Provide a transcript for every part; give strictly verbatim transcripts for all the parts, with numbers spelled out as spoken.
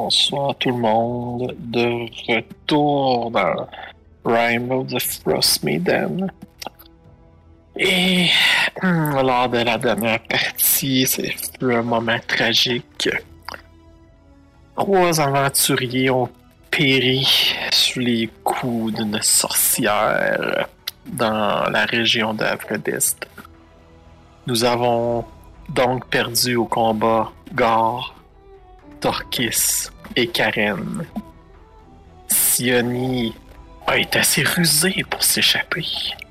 Bonsoir tout le monde, de retour dans Rime of the Frost Maiden. Et hum, lors de la dernière partie, c'est un moment tragique. Trois aventuriers ont péri sous les coups d'une sorcière dans la région d'Avredest. Nous avons donc perdu au combat Gar, Torkis et Karen. Sioni a été assez rusée pour s'échapper.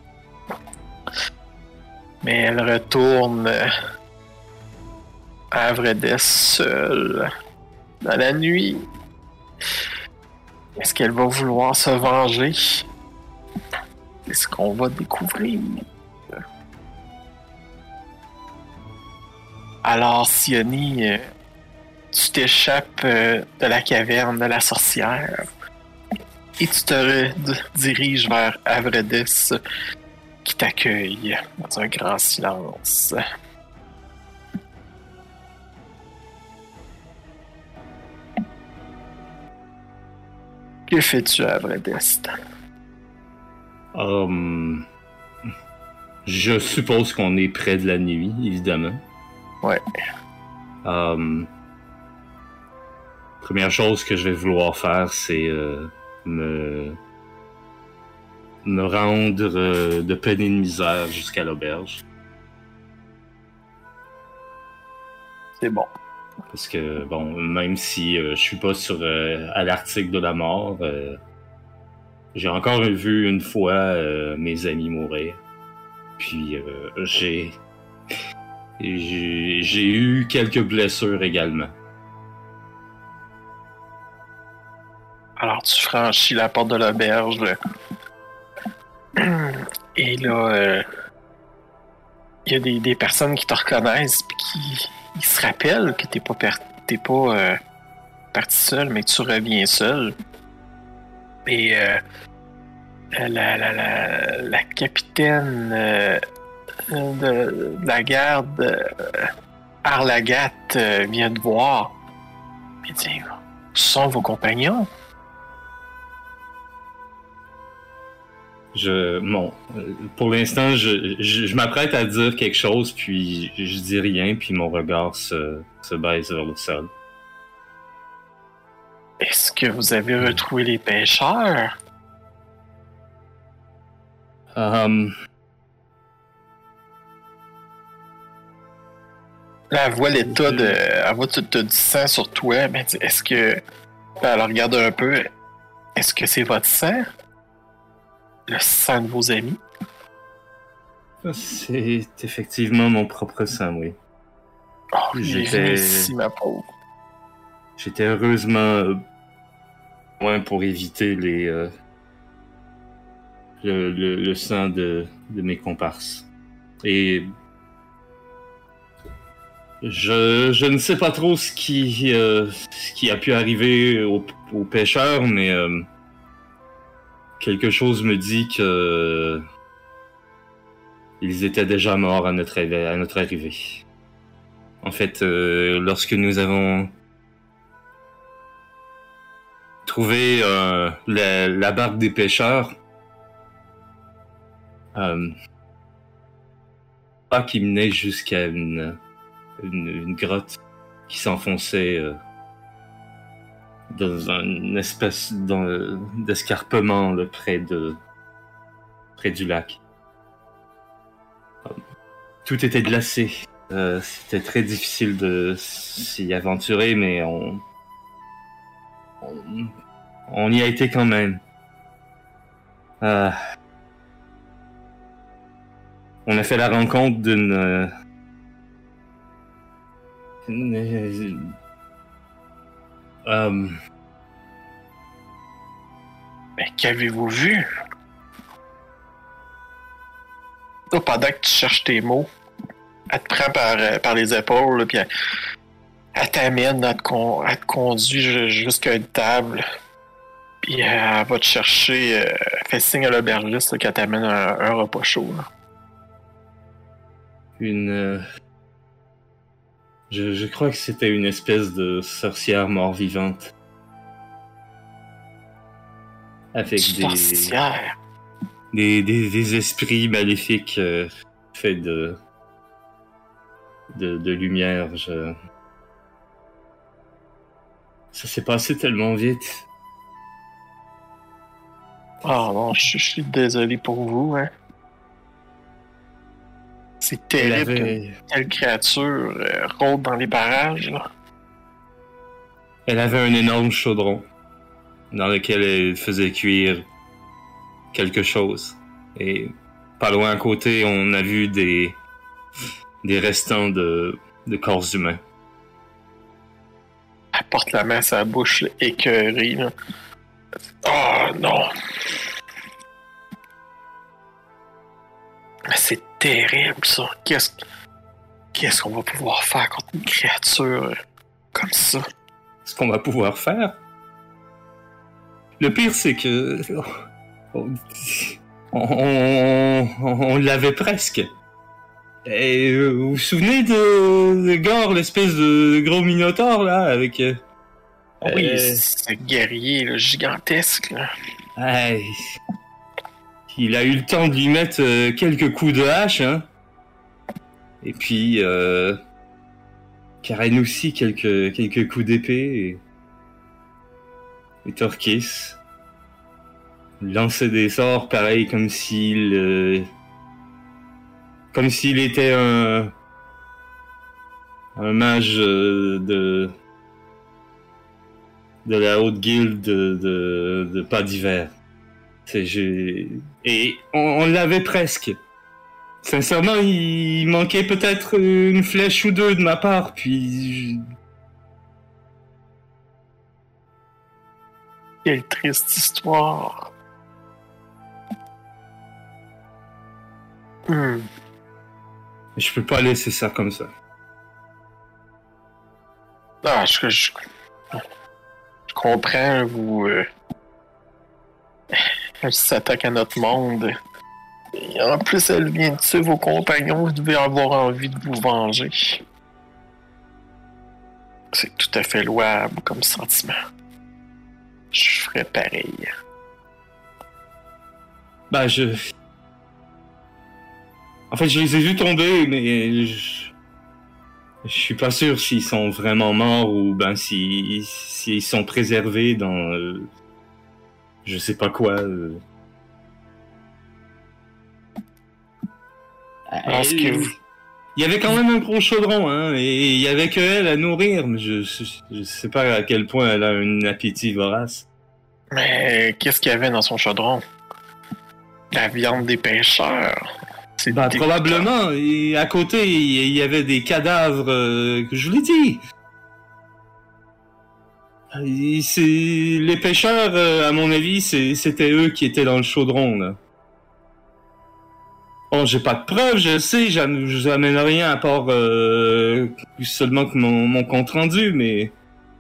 Mais elle retourne à Avredest seule dans la nuit. Est-ce qu'elle va vouloir se venger? C'est ce qu'on va découvrir. Alors, Sioni, euh, tu t'échappes euh, de la caverne de la sorcière et tu te re- diriges vers Avredest qui t'accueille dans un grand silence. Que fais-tu à Avredest? Um, je suppose qu'on est près de la nuit, évidemment. Ouais. Um, première chose que je vais vouloir faire, c'est euh, me me rendre euh, de peine et de misère jusqu'à l'auberge. C'est bon. Parce que, bon, même si euh, je suis pas sur euh, à l'article de la mort, euh, j'ai encore vu une fois euh, mes amis mourir. Puis euh, j'ai, j'ai j'ai eu quelques blessures également. Alors tu franchis la porte de l'auberge et là euh, il y a des, des personnes qui te reconnaissent puis qui ils se rappellent que t'es pas per- t'es pas euh, parti seul mais que tu reviens seul. Et euh, la, la, la, la capitaine euh, de, de la garde euh, Arlagat euh, vient te voir et dit: ce sont vos compagnons? Je, bon, euh, pour l'instant, je, je, je m'apprête à dire quelque chose, puis je, je dis rien, puis mon regard se, se baisse vers le sol. Est-ce que vous avez retrouvé les pêcheurs? Um, Là, elle voit l'état de... Elle voit tout, tout du sang sur toi, mais elle dit, est-ce que... Elle regarde un peu. Est-ce que c'est votre sang? Le sang de vos amis? c'est effectivement mon propre sang, oui. Oh, j'ai J'étais- ici, ma pauvre. J'étais heureusement euh, loin pour éviter les euh, le, le, le sang de, de mes comparses. Et je, je ne sais pas trop ce qui, euh, ce qui a pu arriver aux, aux pêcheurs, mais euh, quelque chose me dit que euh, ils étaient déjà morts à notre, à notre arrivée. En fait, euh, lorsque nous avons trouvé euh, la, la barque des pêcheurs, euh, pas qui menait jusqu'à une, une, une grotte qui s'enfonçait euh, dans une espèce dans- d'escarpement là, près de près du lac. Euh, Tout était glacé. Euh, c'était très difficile de s'y aventurer, mais on, on, on y a été quand même. Euh, on a fait la rencontre d'une... euh, une, euh, euh, Mais qu'avez-vous vu? Là, pendant que tu cherches tes mots, elle te prend par, euh, par les épaules, là, puis elle, elle t'amène, elle te, con, elle te conduit ju- jusqu'à une table. Puis euh, elle va te chercher, euh, elle fait signe à l'aubergiste là, qu'elle t'amène un, un repas chaud. Là. une... euh, je, je crois que c'était une espèce de sorcière mort-vivante. avec des, Sorcière. des, des, des esprits maléfiques euh, faits de, de, de lumière. Je... Ça s'est passé tellement vite. Ah non, je, je suis désolé pour vous, hein. C'est Elle terrible avait, qu'une telle créature euh, rôde dans les barrages, là. elle avait un énorme chaudron dans lequel elle faisait cuire quelque chose. Et pas loin à côté, on a vu des, des restants de, de corps humains. Elle porte la main à sa bouche, là, écœurée, là. Oh non! Mais c'est terrible, ça. Qu'est-ce qu'est-ce qu'on va pouvoir faire contre une créature euh, comme ça? Ce qu'on va pouvoir faire. Le pire, c'est que... On, on, on, on l'avait presque. Et euh, vous vous souvenez de, de Gore, l'espèce de gros minotaure, là, avec... Euh, Oui, euh, ce guerrier là, gigantesque, là. Hey, il a eu le temps de lui mettre euh, quelques coups de hache, hein. Et puis, euh, Karen aussi, quelques, quelques coups d'épée. Et, et Torquis lançait des sorts pareil comme s'il... Euh, comme s'il était un... un mage euh, de... de la haute guilde de, de, de pas d'hiver. C'est, j'ai... Et on, on l'avait presque. Sincèrement, il manquait peut-être une flèche ou deux de ma part, puis... Je... Quelle triste histoire. Hmm. Je peux pas laisser ça comme ça. Ah, je, je, je comprends, vous... Euh, elle s'attaque à notre monde. Et en plus, elle vient de tuer vos compagnons, vous devez avoir envie de vous venger. C'est tout à fait louable comme sentiment. Je ferais pareil. Bah, je... En fait, je les ai vus tomber, mais je, je suis pas sûr s'ils sont vraiment morts ou ben s'ils s'ils sont préservés dans euh, je sais pas quoi. Euh... Parce que vous... Il y avait quand même un gros chaudron, hein, et il y avait que elle à nourrir. Mais je, je, je sais pas à quel point elle a un appétit vorace. Mais qu'est-ce qu'il y avait dans son chaudron? La viande des pêcheurs. C'est Bah, dégoûtant. probablement. Et à côté, il y avait des cadavres, euh, que je vous l'ai dit. Et c'est... Les pêcheurs, euh, à mon avis, c'est... c'était eux qui étaient dans le chaudron, là. Bon, j'ai pas de preuves, je sais, j'am... j'amène rien à part euh, seulement que mon, mon compte rendu, mais...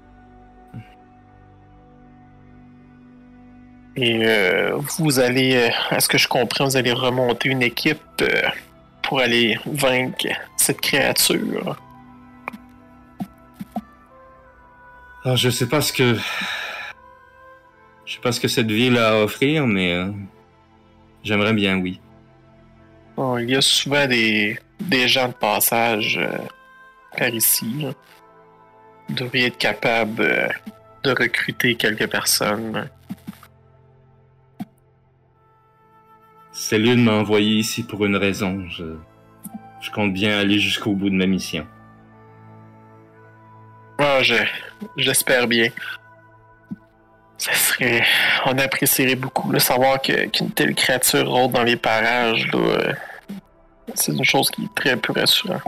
Et euh, vous allez, euh, à ce que je comprends, vous allez remonter une équipe euh, pour aller vaincre cette créature. Alors, je sais pas ce que... Je sais pas ce que cette ville a à offrir, mais... Euh, j'aimerais bien, oui. Bon, il y a souvent des, des gens de passage euh, par ici. Là. Vous devriez être capable euh, de recruter quelques personnes. Cellule m'a envoyé ici pour une raison. Je, je compte bien aller jusqu'au bout de ma mission. Ah, je, j'espère bien. Ça serait... On apprécierait beaucoup de savoir que, qu'une telle créature rôde dans les parages. Là, euh, c'est une chose qui est très peu rassurante.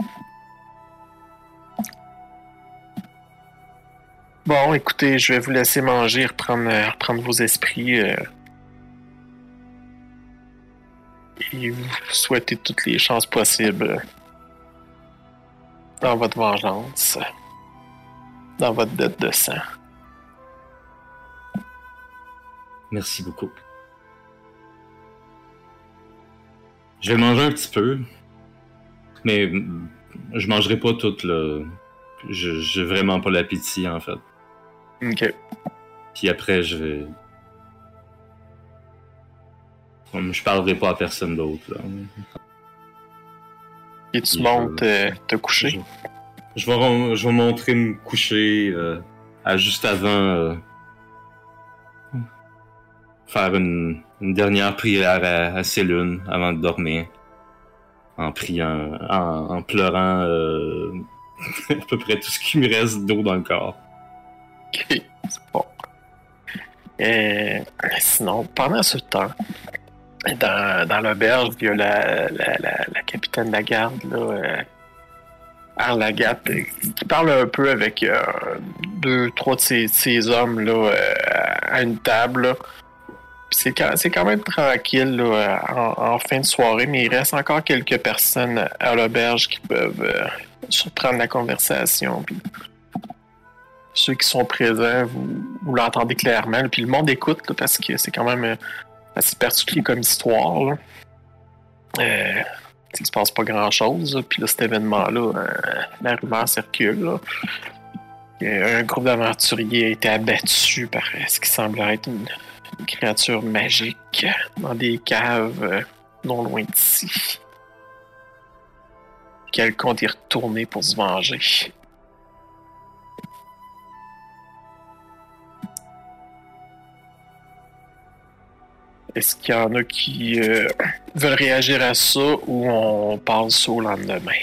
Bon, écoutez, je vais vous laisser manger, reprendre, reprendre vos esprits. Euh, et vous souhaiter toutes les chances possibles dans votre vengeance, dans votre dette de sang. Merci beaucoup. Je vais manger un petit peu, mais je mangerai pas tout le... Je, j'ai vraiment pas l'appétit, en fait. Ok. Puis après, je vais... Comme je parlerai pas à personne d'autre. Là. Et tu Et montes je- euh, te coucher. Je, je vais, ren- je vais montrer me coucher euh, à juste avant euh, faire une, une dernière prière à, à Célune avant de dormir. En priant, en, en pleurant euh, à peu près tout ce qui me reste d'eau dans le corps. Ok, c'est bon. Euh, sinon, pendant ce temps, dans, dans l'auberge, il y a la, la, la, la capitaine de la garde, là, euh, Arlagat, euh, qui parle un peu avec euh, deux, trois de ces, de ces hommes là, euh, à une table. Là. Puis C'est quand, c'est quand même tranquille là, en, en fin de soirée, mais il reste encore quelques personnes à l'auberge qui peuvent euh, surprendre la conversation. Puis ceux qui sont présents, vous, vous l'entendez clairement. Là. Puis le monde écoute là, parce que c'est quand même euh, assez particulier comme histoire. Là. Euh, il se passe pas grand-chose. Là. Puis là, cet événement-là, euh, la rumeur circule. Là. Un groupe d'aventuriers a été abattu par ce qui semble être une, une créature magique dans des caves euh, non loin d'ici. Qu'elle compte y retourner pour se venger. Est-ce qu'il y en a qui euh, veulent réagir à ça ou on passe au lendemain?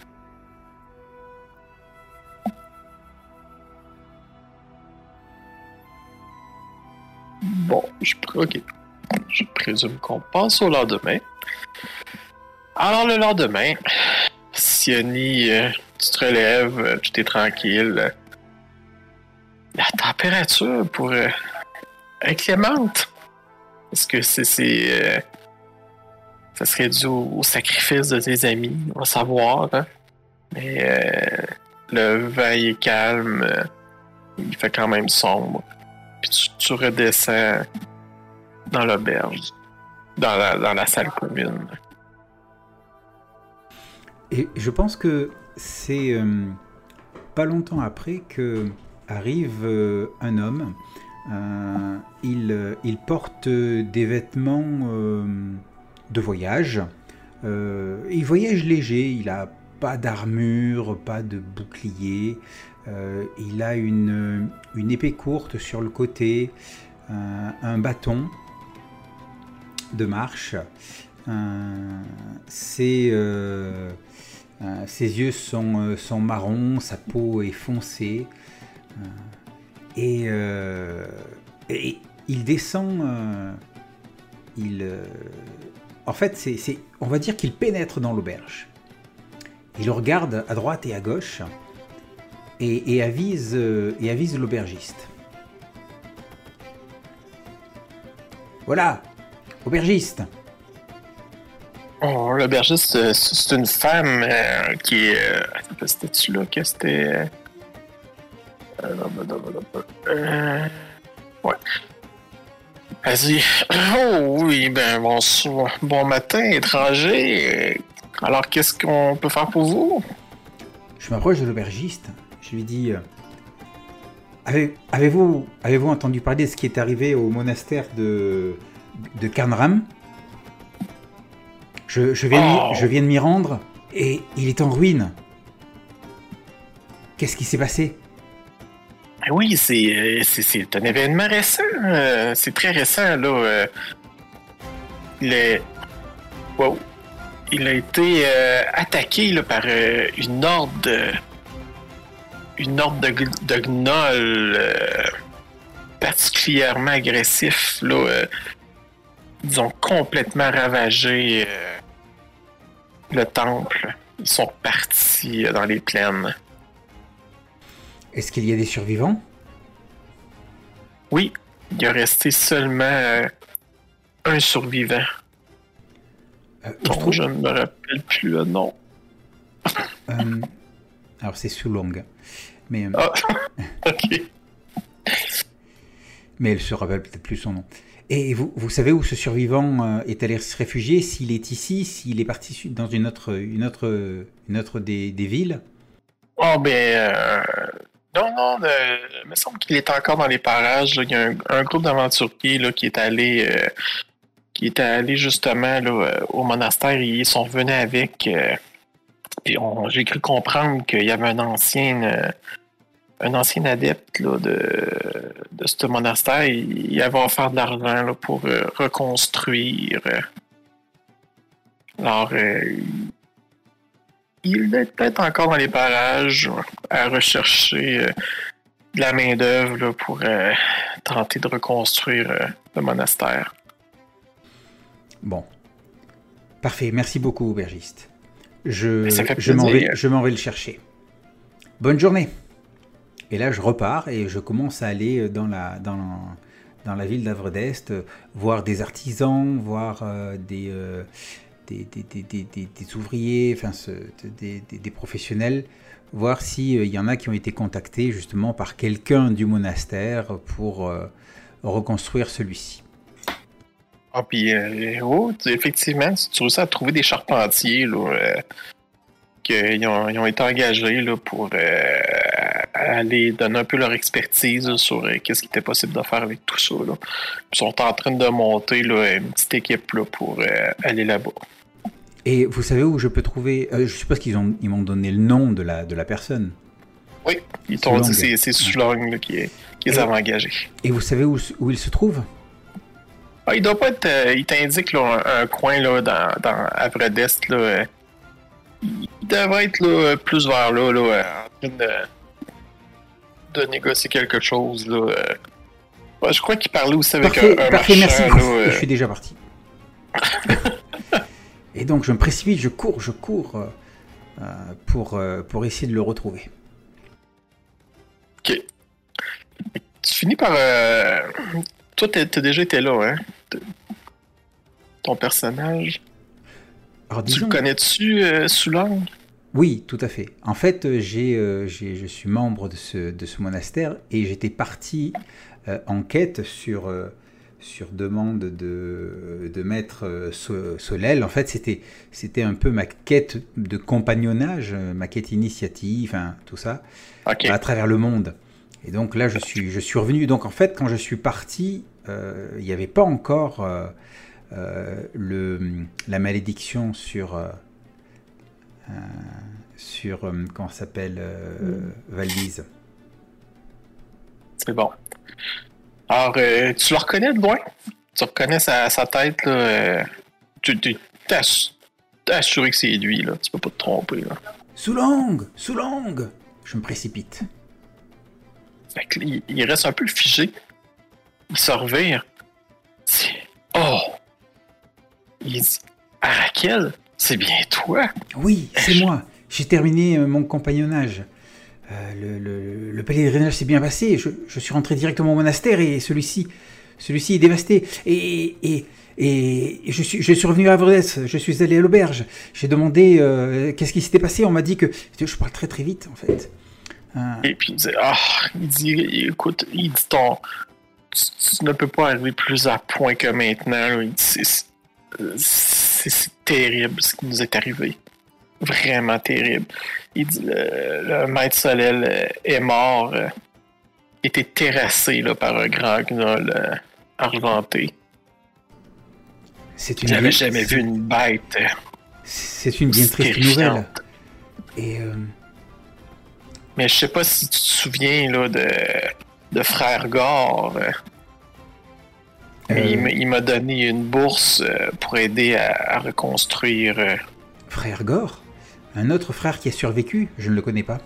Bon, je, ok. Je présume qu'on passe au lendemain. Alors, le lendemain, Sioni, euh, tu te relèves, euh, tout est tranquille. La température pourrait être clémente. Est-ce que c'est. c'est euh, ça serait dû au, au sacrifice de tes amis? On va savoir. Hein? Mais euh, le vent est calme. euh, il fait quand même sombre. Puis tu, tu redescends dans l'auberge, dans la, dans la salle commune. Et je pense que c'est euh, pas longtemps après que arrive euh, un homme. Euh, il, euh, il porte des vêtements euh, de voyage. Euh, il voyage léger, il a pas d'armure, pas de bouclier. Euh, il a une, une épée courte sur le côté, euh, un bâton de marche. Euh, c'est, euh, euh, ses yeux sont, euh, sont marrons, sa peau est foncée. Euh, et, euh, et il descend. Euh, il, euh, en fait, c'est, c'est, on va dire qu'il pénètre dans l'auberge. Il regarde à droite et à gauche. Et, et, avise, euh, et avise l'aubergiste. Voilà, aubergiste. Oh, l'aubergiste, euh, c'est une femme euh, qui est. Euh, attends, c'était-tu là que c'était. Euh, euh, ouais. Vas-y. Oh oui, ben bon, bon matin, étranger. Alors, qu'est-ce qu'on peut faire pour vous? Je m'approche de l'aubergiste. Je lui dis, euh, Avez, avez-vous, avez-vous entendu parler de ce qui est arrivé au monastère de, de Carnram? je, je, viens oh. je viens de m'y rendre et il est en ruine. Qu'est-ce qui s'est passé? Oui, c'est, c'est, c'est un événement récent. Euh, c'est très récent, là. Euh, il, est... wow. il a été euh, attaqué là, par euh, une horde de... une horde de, de gnolls euh, particulièrement agressifs, là, euh, ils ont complètement ravagé euh, le temple. Ils sont partis euh, dans les plaines. Est-ce qu'il y a des survivants? Oui, il est resté seulement euh, un survivant. Euh, Non, trouve... je ne me rappelle plus le nom. euh, alors c'est Sulong. Mais, euh... ah, ok. Mais elle se rappelle peut-être plus son nom. Et vous, vous savez où ce survivant euh, est allé se réfugier? S'il est ici, s'il est parti dans une autre, une autre, une autre des, des villes? Oh, ben... Euh, non, non, euh, il me semble qu'il est encore dans les parages. Là. Il y a un, un groupe d'aventuriers là, qui est allé... Euh, qui étaient allés justement là, au monastère. Ils sont revenus avec. Euh, puis on, j'ai cru comprendre qu'il y avait un ancien, euh, un ancien adepte là, de, de ce monastère. Il, il avait offert de l'argent là, pour euh, reconstruire. Alors, euh, il est peut-être encore dans les parages à rechercher euh, de la main-d'œuvre pour euh, tenter de reconstruire euh, le monastère. Bon. Parfait, merci beaucoup, aubergiste. Je, Ça fait je, m'en vais, plaisir. je m'en vais le chercher. Bonne journée. Et là, je repars et je commence à aller dans la, dans, dans la ville d'Havre d'Est, voir des artisans, voir euh, des, euh, des, des, des, des, des, des ouvriers, enfin, ce, des, des, des professionnels, voir s'il euh, y en a qui ont été contactés justement par quelqu'un du monastère pour euh, reconstruire celui-ci. Ah, puis, euh, oh, tu- effectivement, si tu réussis à trouver des charpentiers, là, euh, qu'ils ont, ils ont été engagés, là, pour euh, aller donner un peu leur expertise, là, sur euh, qu'est-ce qui était possible de faire avec tout ça, là. Ils sont en train de monter, là, une petite équipe, là, pour euh, aller là-bas. Et vous savez où je peux trouver... euh, je suppose qu'ils ont, ils m'ont donné le nom de la, de la personne. Oui, ils t'ont dit, Soulong. c'est, c'est Soulong, là, qui, qui les Et- avait engagés. Et vous savez où, où il se trouve? Ah, il doit pas être. euh, il t'indique là, un, un coin là, dans, dans Havre d'Est. Là, euh, il devrait être là, plus vers là, là euh, en train de, de négocier quelque chose. Là, euh. Ouais, je crois qu'il parlait aussi avec Parfait, un, un parfait, marchand. merci. Là, Et euh. je suis déjà parti. Et donc je me précipite, je cours, je cours euh, euh, pour, euh, pour essayer de le retrouver. Ok. Tu finis par. Euh... Toi, t'as, t'as déjà été là, hein? T- Ton personnage. Alors Tu disons... le connais-tu, euh, Soulong? Oui, tout à fait. En fait, euh, j'ai, euh, j'ai, je suis membre de ce, de ce monastère et j'étais parti euh, en quête sur, euh, sur demande de, de maître euh, So- Solel. En fait, c'était, c'était un peu ma quête de compagnonnage, euh, ma quête initiative, hein, tout ça, Ok. à travers le monde. Et donc là, je suis, je suis revenu. Donc en fait, quand je suis parti, euh, il n'y avait pas encore euh, euh, le, la malédiction sur... euh, Euh, sur, euh, comment ça s'appelle, euh, Valise. C'est bon. Alors, euh, tu le reconnais de loin? Tu reconnais sa, sa tête, là? Euh, tu tu- t'es assu- t'es assuré que c'est lui, là. Tu peux pas te tromper, là. Soulong, Soulong. Je me précipite. Fait que, il, il reste un peu figé. Il se revire. C'est- Oh! Il dit, Arakel, c'est bien toi? Oui, c'est moi. J'ai terminé euh, mon compagnonnage. Euh, le, le, le pèlerinage s'est bien passé. Je, je suis rentré directement au monastère et celui-ci, celui-ci est dévasté. Et, et, et je, suis, je suis revenu à Havre d'Est. Je suis allé à l'auberge. J'ai demandé euh, qu'est-ce qui s'était passé. On m'a dit que... Je parle très très vite en fait. Euh, Et puis il dit, ah, il dit, écoute, il dit ton, tu, tu ne peux pas arriver plus à point que maintenant. Là. Il dit, c'est, c'est, c'est terrible ce qui nous est arrivé. Vraiment terrible. Il dit, le, le maître Solel est mort, euh, était terrassé là, par un grand gnoll euh, argenté. c'est une J'avais bien- jamais vu une bête. euh, C'est une bien triste terrifiante. nouvelle. Et euh, Mais je sais pas si tu te souviens là, de, de Frère Gore. euh, Mais Euh, il m'a- il m'a donné une bourse euh, pour aider à, à reconstruire. euh. frère Gore, un autre frère qui a survécu, je ne le connais pas.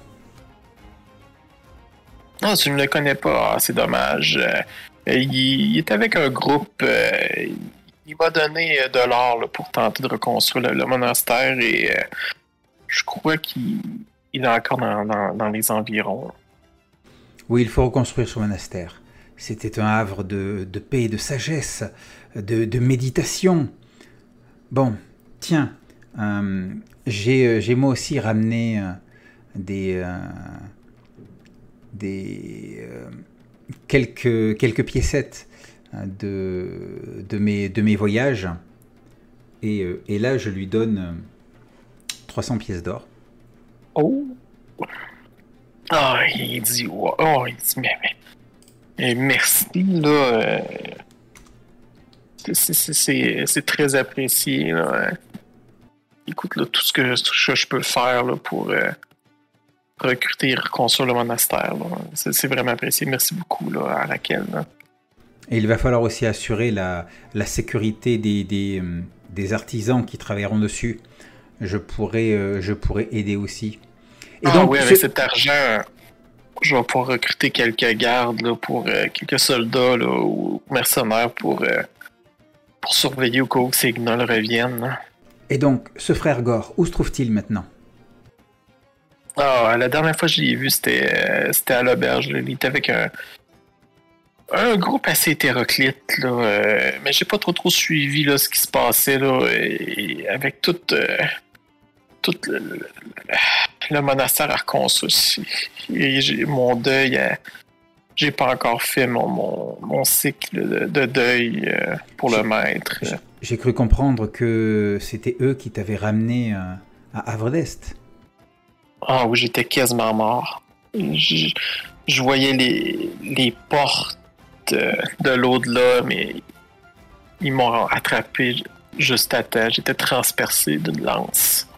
Non, tu ne le connais pas, ah, c'est dommage. Euh, il, il est avec un groupe. euh, il m'a donné euh, de l'or là, pour tenter de reconstruire le, le monastère et euh, je crois qu'il il est encore dans, dans- dans les environs. Oui, il faut reconstruire ce monastère. C'était un havre de, de paix, de sagesse, de, de méditation. Bon, tiens, euh, j'ai, euh, j'ai moi aussi ramené euh, des, euh, des euh, quelques, quelques piécettes euh, de, de, mes, de mes voyages. Et, euh, et là, je lui donne euh, trois cents pièces d'or. Oh! Ah, il dit, wow. Oh, il dit, mais, mais, mais merci, là. euh, C'est, c'est, c'est, c'est, c'est très apprécié. Là. Écoute, là, tout ce que, ce que je peux faire là, pour euh, recruter et reconstruire le monastère, là, c'est, c'est vraiment apprécié. Merci beaucoup là, à Raquel. Là. Et il va falloir aussi assurer la, la sécurité des, des, des artisans qui travailleront dessus. Je pourrais, euh, je pourrais aider aussi. Et ah donc, oui, avec ce... cet argent, je vais pouvoir recruter quelques gardes là, pour euh, quelques soldats là, ou mercenaires pour, euh, pour surveiller au cas où ces gnolls reviennent. Là. Et donc, ce frère Gore, où se trouve-t-il maintenant? Ah, la dernière fois que je l'ai vu, c'était, euh, c'était à l'auberge. Là. Il était avec un, un groupe assez hétéroclite, là, euh, mais j'ai pas trop trop suivi là, ce qui se passait là, et, et avec tout, euh, tout le, le, le monastère à reconstruire. Et j'ai, mon deuil, euh, j'ai pas encore fait mon, mon, mon cycle de, de deuil euh, pour j'ai, le maître. J'ai, j'ai cru comprendre que c'était eux qui t'avaient ramené euh, à Havre d'Est. Ah oui, j'étais quasiment mort. Je, je voyais les, les portes de l'au-delà, mais ils m'ont attrapé juste à temps. J'étais transpercé d'une lance.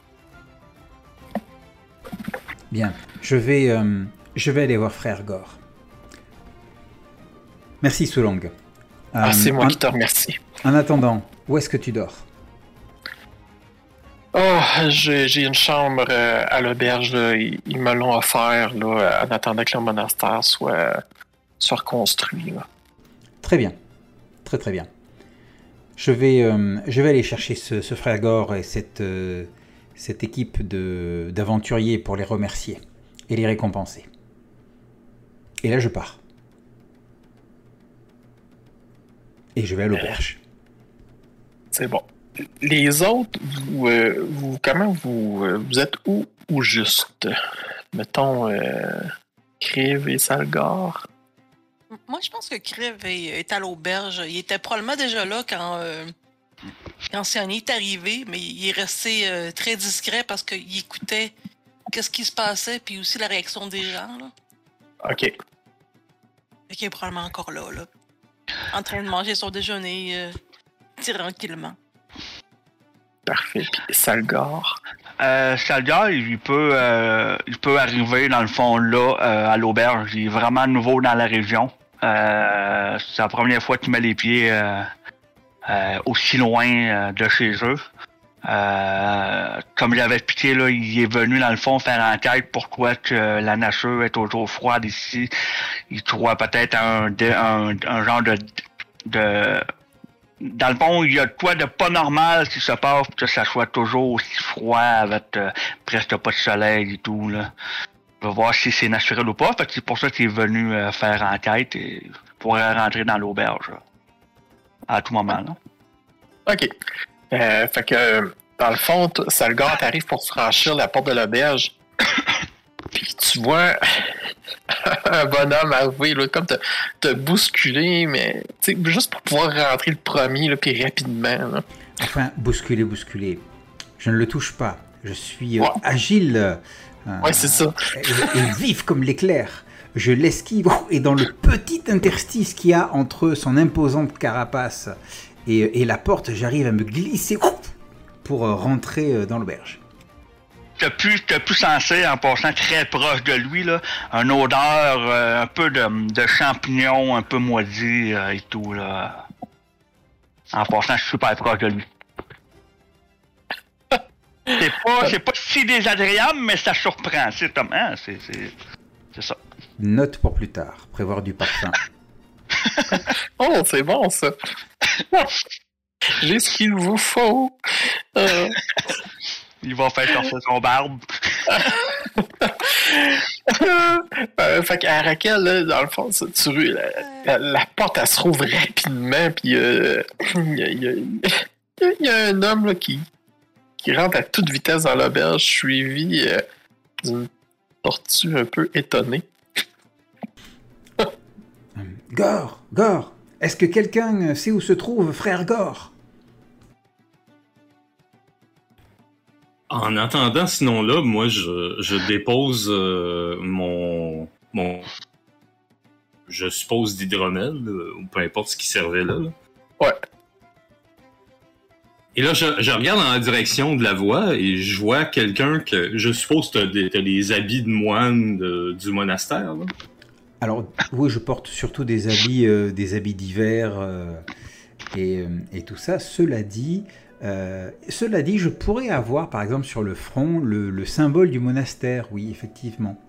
Bien, je vais, euh, je vais aller voir frère Gore. Merci Soulong. Euh, ah, c'est moi en, qui te remercie. En attendant, où est-ce que tu dors? Oh, j'ai, j'ai une chambre euh, à l'auberge. Là. Ils, ils me l'ont offert là, en attendant que le monastère soit, soit reconstruit. Là. Très bien. Très très bien. Je vais, euh, je vais aller chercher ce, ce frère Gore et cette, euh, cette équipe de, d'aventuriers pour les remercier et les récompenser. Et là, je pars. Et je vais à l'auberge. C'est bon. Les autres, vous, euh, vous comment vous, euh, vous êtes où ou juste? Mettons, euh, Kriv et Salgar. Moi, je pense que Kriv est, est à l'auberge. Il était probablement déjà là quand, euh, quand Siani est arrivé, mais il est resté euh, très discret parce qu'il écoutait qu'est-ce qui se passait, puis aussi la réaction des gens. Là. OK. Fait qu'il est probablement encore là, là, en train de manger son déjeuner euh, tranquillement. Parfait. Puis Salgar. Euh, Salgar, il peut, euh, il peut arriver dans le fond là euh, à l'auberge. Il est vraiment nouveau dans la région. Euh, c'est la première fois qu'il met les pieds euh, euh, aussi loin euh, de chez eux. Euh, comme j'avais expliqué, là, il est venu dans le fond faire enquête pourquoi que la nature est toujours froide ici. Il croit peut-être un, un, un genre de, de dans le fond, il y a quoi de pas normal qui se passe pour que ça soit toujours aussi froid avec euh, presque pas de soleil et tout, là. On va voir si c'est naturel ou pas. Fait que c'est pour ça qu'il est venu euh, faire enquête et pourrait rentrer dans l'auberge là, à tout moment, là. OK. Euh, fait que, dans le fond, Salgar, t'arrives pour franchir la porte de l'auberge. Puis tu vois un bonhomme arriver, là, comme te, te bousculer, mais juste pour pouvoir rentrer le premier, là, puis rapidement. Là. Enfin, bousculer, bousculer. Je ne le touche pas. Je suis euh, ouais. agile. Euh, ouais, c'est ça. Et, et vif comme l'éclair. Je l'esquive et dans le petit interstice qu'il y a entre son imposante carapace et, et la porte, j'arrive à me glisser pour rentrer dans l'auberge. T'as plus, t'as plus censé, en passant très proche de lui, là, une odeur euh, un peu de, de champignons, un peu moisi euh, et tout, là. En passant, je suis super proche de lui. C'est pas, c'est pas si désagréable, mais ça surprend. C'est comme, hein, c'est, c'est, c'est ça. Note pour plus tard, prévoir du parfum. Oh, c'est bon, ça. J'ai ce qu'il vous faut. Euh... Il va faire sortir son barbe. euh, fait qu'à Raquel, là, dans le fond, ça, tu, la, la, la porte, elle se rouvre rapidement, puis euh, il y, y, y, y a un homme là, qui, qui rentre à toute vitesse dans l'auberge, suivi euh, d'une tortue un peu étonnée. Gore, Gore, est-ce que quelqu'un sait où se trouve frère Gore? En attendant, sinon là, moi, je, je dépose euh, mon, mon, je suppose, d'hydromel, euh, ou peu importe ce qui servait là. là. Ouais. Et là, je, je regarde dans la direction de la voie et je vois quelqu'un que je suppose que t'as des, t'as des habits de moine de, du monastère. Là. Alors, oui, je porte surtout des habits, euh, des habits d'hiver euh, et, et tout ça. Cela dit, euh, cela dit, je pourrais avoir, par exemple, sur le front, le, le symbole du monastère. Oui, effectivement.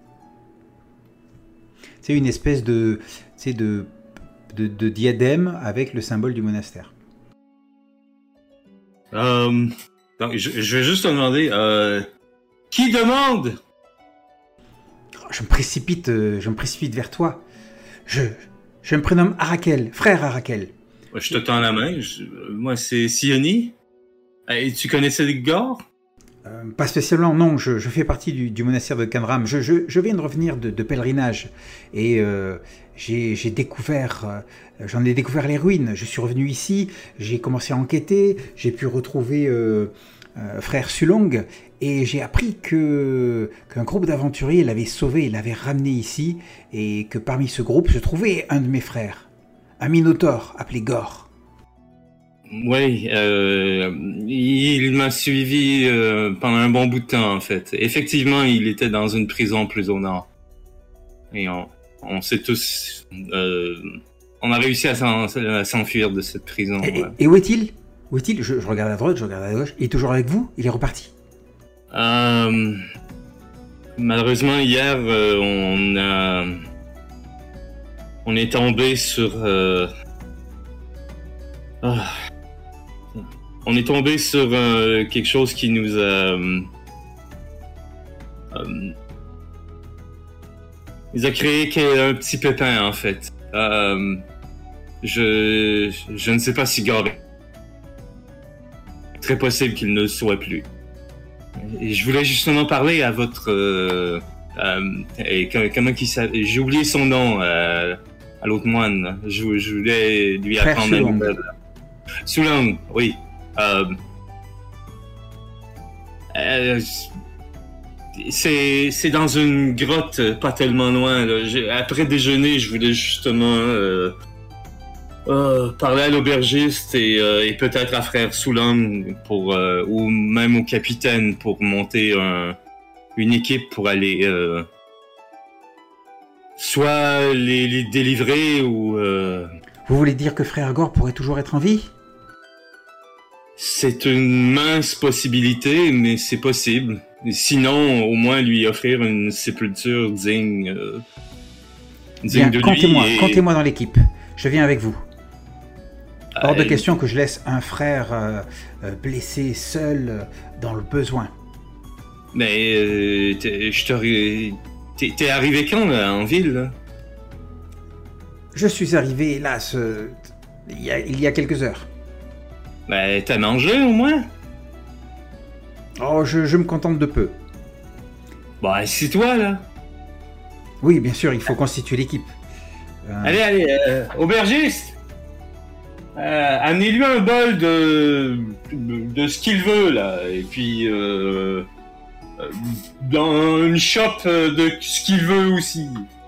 C'est une espèce de, c'est de, de, de diadème avec le symbole du monastère. Euh, donc, je, je vais juste te demander, euh, qui demande? Je me précipite, euh, je me précipite vers toi. Je, je me prénomme Arakel, frère Arakel. Je te tends la main. Je, moi, c'est Sioni. Et tu connaissais Ligor? Euh, pas spécialement, non. Je, je fais partie du, du monastère de Canram. Je, je, je viens de revenir de, de pèlerinage et euh, j'ai, j'ai découvert, euh, j'en ai découvert les ruines. Je suis revenu ici, j'ai commencé à enquêter, j'ai pu retrouver euh, euh, frère Sulong et j'ai appris que qu'un groupe d'aventuriers l'avait sauvé, l'avait ramené ici et que parmi ce groupe se trouvait un de mes frères, un minotaure appelé Gore. Oui, euh, il m'a suivi euh, pendant un bon bout de temps, en fait. Effectivement, il était dans une prison plus au nord. Et on, on s'est tous... Euh, on a réussi à, s'en, à s'enfuir de cette prison. Et, ouais. et où est-il? Où est-il? je, je regarde à droite, je regarde à gauche. Il est toujours avec vous? Il est reparti? Euh, malheureusement, hier, euh, on a... On est tombé sur... Euh, oh, on est tombé sur euh, quelque chose qui nous a... Euh, euh, il a créé un petit pépin, en fait. Euh, je, je ne sais pas si Gore... Très possible qu'il ne le soit plus. Et je voulais justement parler à votre... Euh, euh, et comment qu'il s'appelle... J'ai oublié son nom, euh, à l'autre moine. Je, je voulais lui Frère apprendre la Sulong. nouvelle. Sulong, oui. Euh, euh, c'est, c'est dans une grotte pas tellement loin. Là. J'ai, après déjeuner, je voulais justement euh, euh, parler à l'aubergiste et, euh, et peut-être à frère Sulong pour, euh, ou même au capitaine pour monter un, une équipe pour aller euh, soit les, les délivrer ou... Euh, Vous voulez dire que frère Gore pourrait toujours être en vie? C'est une mince possibilité, mais c'est possible. Sinon, au moins lui offrir une sépulture digne, euh, digne Bien, de comptez-moi, lui. Et... comptez-moi dans l'équipe. Je viens avec vous. Hors de Euh, question que je laisse un frère euh, euh, blessé seul euh, dans le besoin. Mais euh, t'es, je t'aurais... T'es, t'es arrivé quand, là, en ville, là? Je suis arrivé, hélas, euh, il, y a, il y a quelques heures. Ben, t'as mangé, au moins? Oh, je, je me contente de peu. Bon, assis-toi, là. Oui, bien sûr, il faut constituer l'équipe. Euh, Allez, allez, euh, aubergiste! Euh, amenez-lui un bol de, de, de ce qu'il veut, là. Et puis, euh, euh, dans une shop de ce qu'il veut aussi.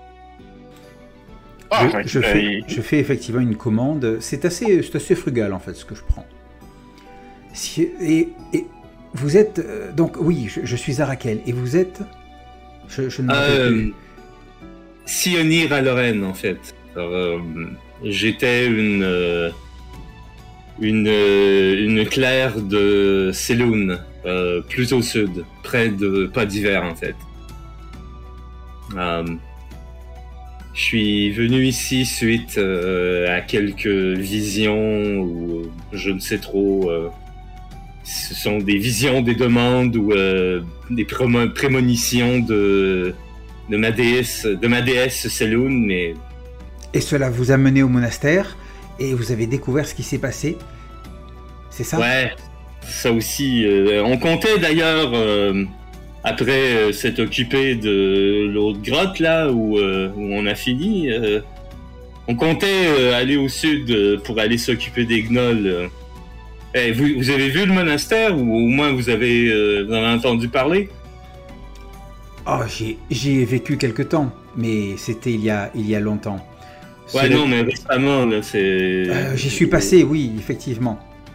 Ah, je, fait je que, fais, euh, je fais effectivement une commande. C'est assez, c'est assez frugal, en fait, ce que je prends. Si- et, et vous êtes... euh, donc, oui, je, je suis Arakel. Et vous êtes... Je, je ne me rappelle Euh, plus. Sionir à Lorraine, en fait. Alors, euh, j'étais une euh, une euh, une clerc de Sélune, euh, plus au sud, près de Pas d'hiver, en fait. Euh, je suis venu ici suite euh, à quelques visions ou je ne sais trop. Euh, ce sont des visions, des demandes ou euh, des prémo- prémonitions de de ma déesse, de ma déesse Sélune, mais Et cela vous a mené au monastère, et vous avez découvert ce qui s'est passé. C'est ça? ouais, ça aussi. Euh, on comptait d'ailleurs, euh, après euh, s'être occupé de l'autre grotte là où, euh, où on a fini, euh, on comptait euh, aller au sud euh, pour aller s'occuper des gnolls. euh. Eh, vous, vous avez vu le monastère ou au moins vous avez, euh, vous en avez entendu parler? Oh, j'y j'y ai vécu quelque temps, mais c'était il y a, il y a longtemps. Ouais, Cela- non, mais récemment là, c'est. Euh, J'y suis passé, oui, effectivement.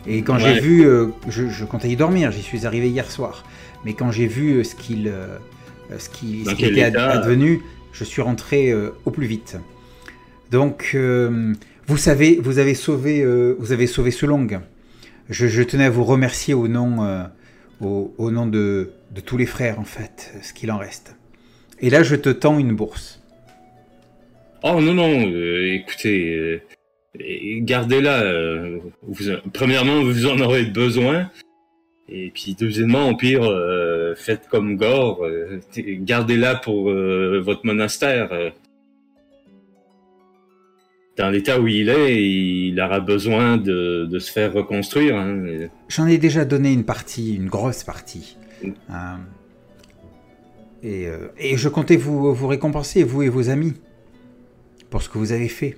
Et quand Ouais. j'ai vu, euh, je, je comptais y dormir, j'y suis arrivé hier soir, mais quand j'ai vu euh, ce qu'il euh, ce qui, Dans ce qui quel était ad- état advenu, je suis rentré euh, au plus vite. Donc, euh, vous savez, vous avez sauvé, euh, vous avez sauvé Sulong. Je, je tenais à vous remercier au nom, euh, au, au nom de, de tous les frères, en fait, ce qu'il en reste. Et là, je te tends une bourse. Oh non, non, euh, écoutez, euh, et gardez-la. euh, vous- premièrement, vous en aurez besoin. Et puis, deuxièmement, au pire, euh, faites comme Gore. euh, gardez-la pour euh, votre monastère. euh. Dans l'état où il est, il aura besoin de, de se faire reconstruire. Hein. J'en ai déjà donné une partie, une grosse partie. Mm. Euh, et, euh, et je comptais vous, vous récompenser, vous et vos amis, pour ce que vous avez fait.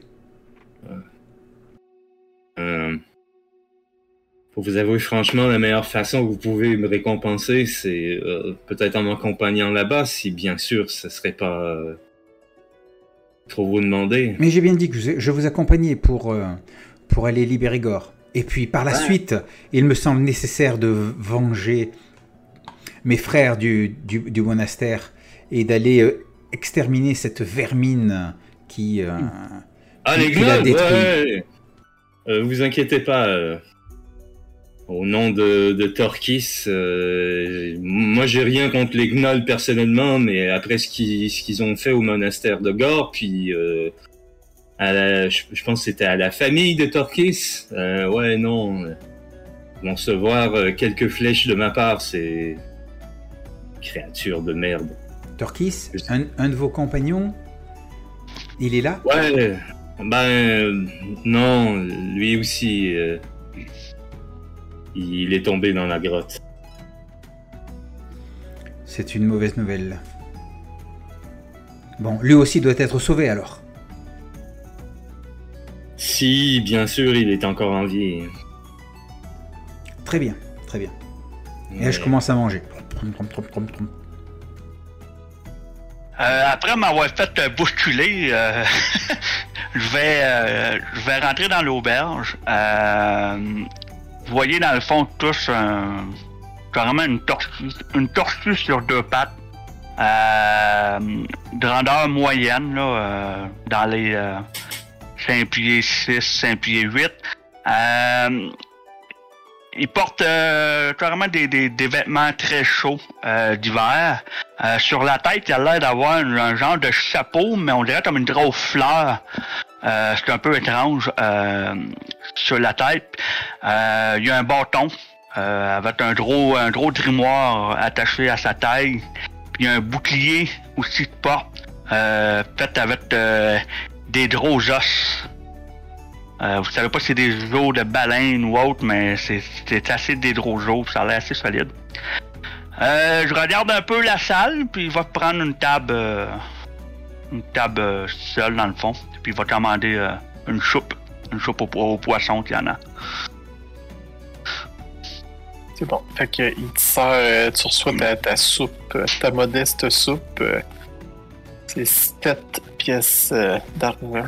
Euh, pour vous avouer franchement, la meilleure façon que vous pouvez me récompenser, c'est euh, peut-être en m'accompagnant là-bas, si bien sûr ce serait pas euh, trop vous demander. Mais j'ai bien dit que je, je vous accompagnais pour, euh, pour aller libérer Gore. Et puis par la Ouais. suite, il me semble nécessaire de venger mes frères du, du, du monastère et d'aller euh, exterminer cette vermine qui... euh, Ah, qui- les qui l'a gnolls, détruit. ouais. Euh, vous inquiétez pas. euh, au nom de, de Torquis, euh, moi j'ai rien contre les gnolls personnellement, mais après ce qu'ils ce qu'ils ont fait au monastère de Gore, puis euh, à la, je, je pense que c'était à la famille de Torquis. Euh, ouais, non. euh, Recevoir euh, quelques flèches de ma part, c'est créature de merde. Torquis, un, un de vos compagnons, il est là? Ouais, ben euh, non, lui aussi, euh, il est tombé dans la grotte. C'est une mauvaise nouvelle. Bon, lui aussi doit être sauvé alors. Si, bien sûr, il est encore en vie. Très bien, très bien. Et là, Ouais. je commence à manger. Trom, trom, trom, trom, trom. Euh, après m'avoir fait euh, bousculer, euh, je vais euh, je vais rentrer dans l'auberge. Euh, vous voyez dans le fond tous un, carrément une tortue, une tortue sur deux pattes, euh, grandeur moyenne là, euh, dans les euh, cinq pieds six, cinq pieds huit. Euh, il porte euh, carrément des, des, des vêtements très chauds euh, d'hiver. Euh, sur la tête, il a l'air d'avoir un, un genre de chapeau, mais on dirait comme une grosse fleur. Euh, c'est un peu étrange euh, sur la tête. Euh, il y a un bâton euh, avec un gros, un gros grimoire attaché à sa taille. Puis il y a un bouclier aussi de porte euh, fait avec euh, des gros os. Euh, vous savez pas si c'est des os de baleine ou autre, mais c'est, c'est assez des gros os, ça a l'air assez solide. Euh, je regarde un peu la salle, puis il va prendre une table, euh, une table euh, seule dans le fond, puis il va commander euh, une soupe, une soupe au, au poisson qu'il y en a. C'est bon. Fait que il te sert, euh, tu reçois ta, ta soupe, euh, ta modeste soupe. euh, c'est sept pièces euh, d'argent.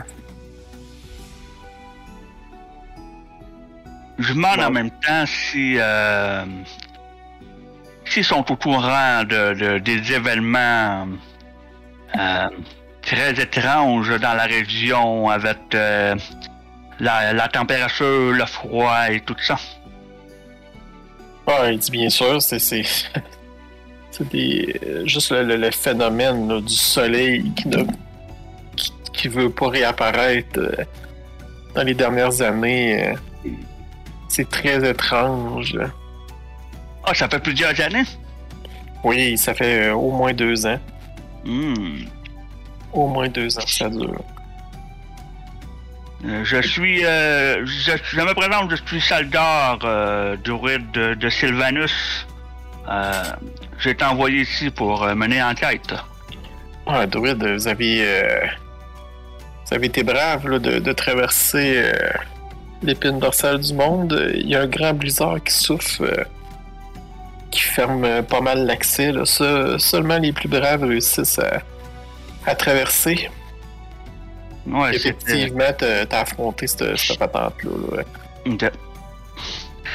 Je demande Bon. en même temps si euh, s'ils sont au courant de, de- des événements euh, très étranges dans la région avec euh, la, la température, le froid et tout ça. Ah, il dit bien sûr, c'est c'est c'est des euh, juste le, le- le phénomène là, du soleil qui ne qui, qui veut pas réapparaître euh, dans les dernières années. euh, c'est très étrange. Ah, ça fait plusieurs années? Oui, ça fait euh, au moins deux ans. Hmm. Au moins deux ans, ça dure. Euh, Je suis, euh, je, je me présente, je suis Saldar, euh, druide de, de Sylvanus. Euh, j'ai été envoyé ici pour euh, mener enquête. Ah, Druide, vous avez, euh, vous avez été brave là, de, de traverser euh, l'épine dorsale du monde. Il y a un grand blizzard qui souffle, euh, qui ferme euh, pas mal l'accès. Là. Ça, seulement les plus braves réussissent à, à traverser. Ouais, c'est Effectivement, t'as, t'as affronté cette, cette patente-là. là. Ok.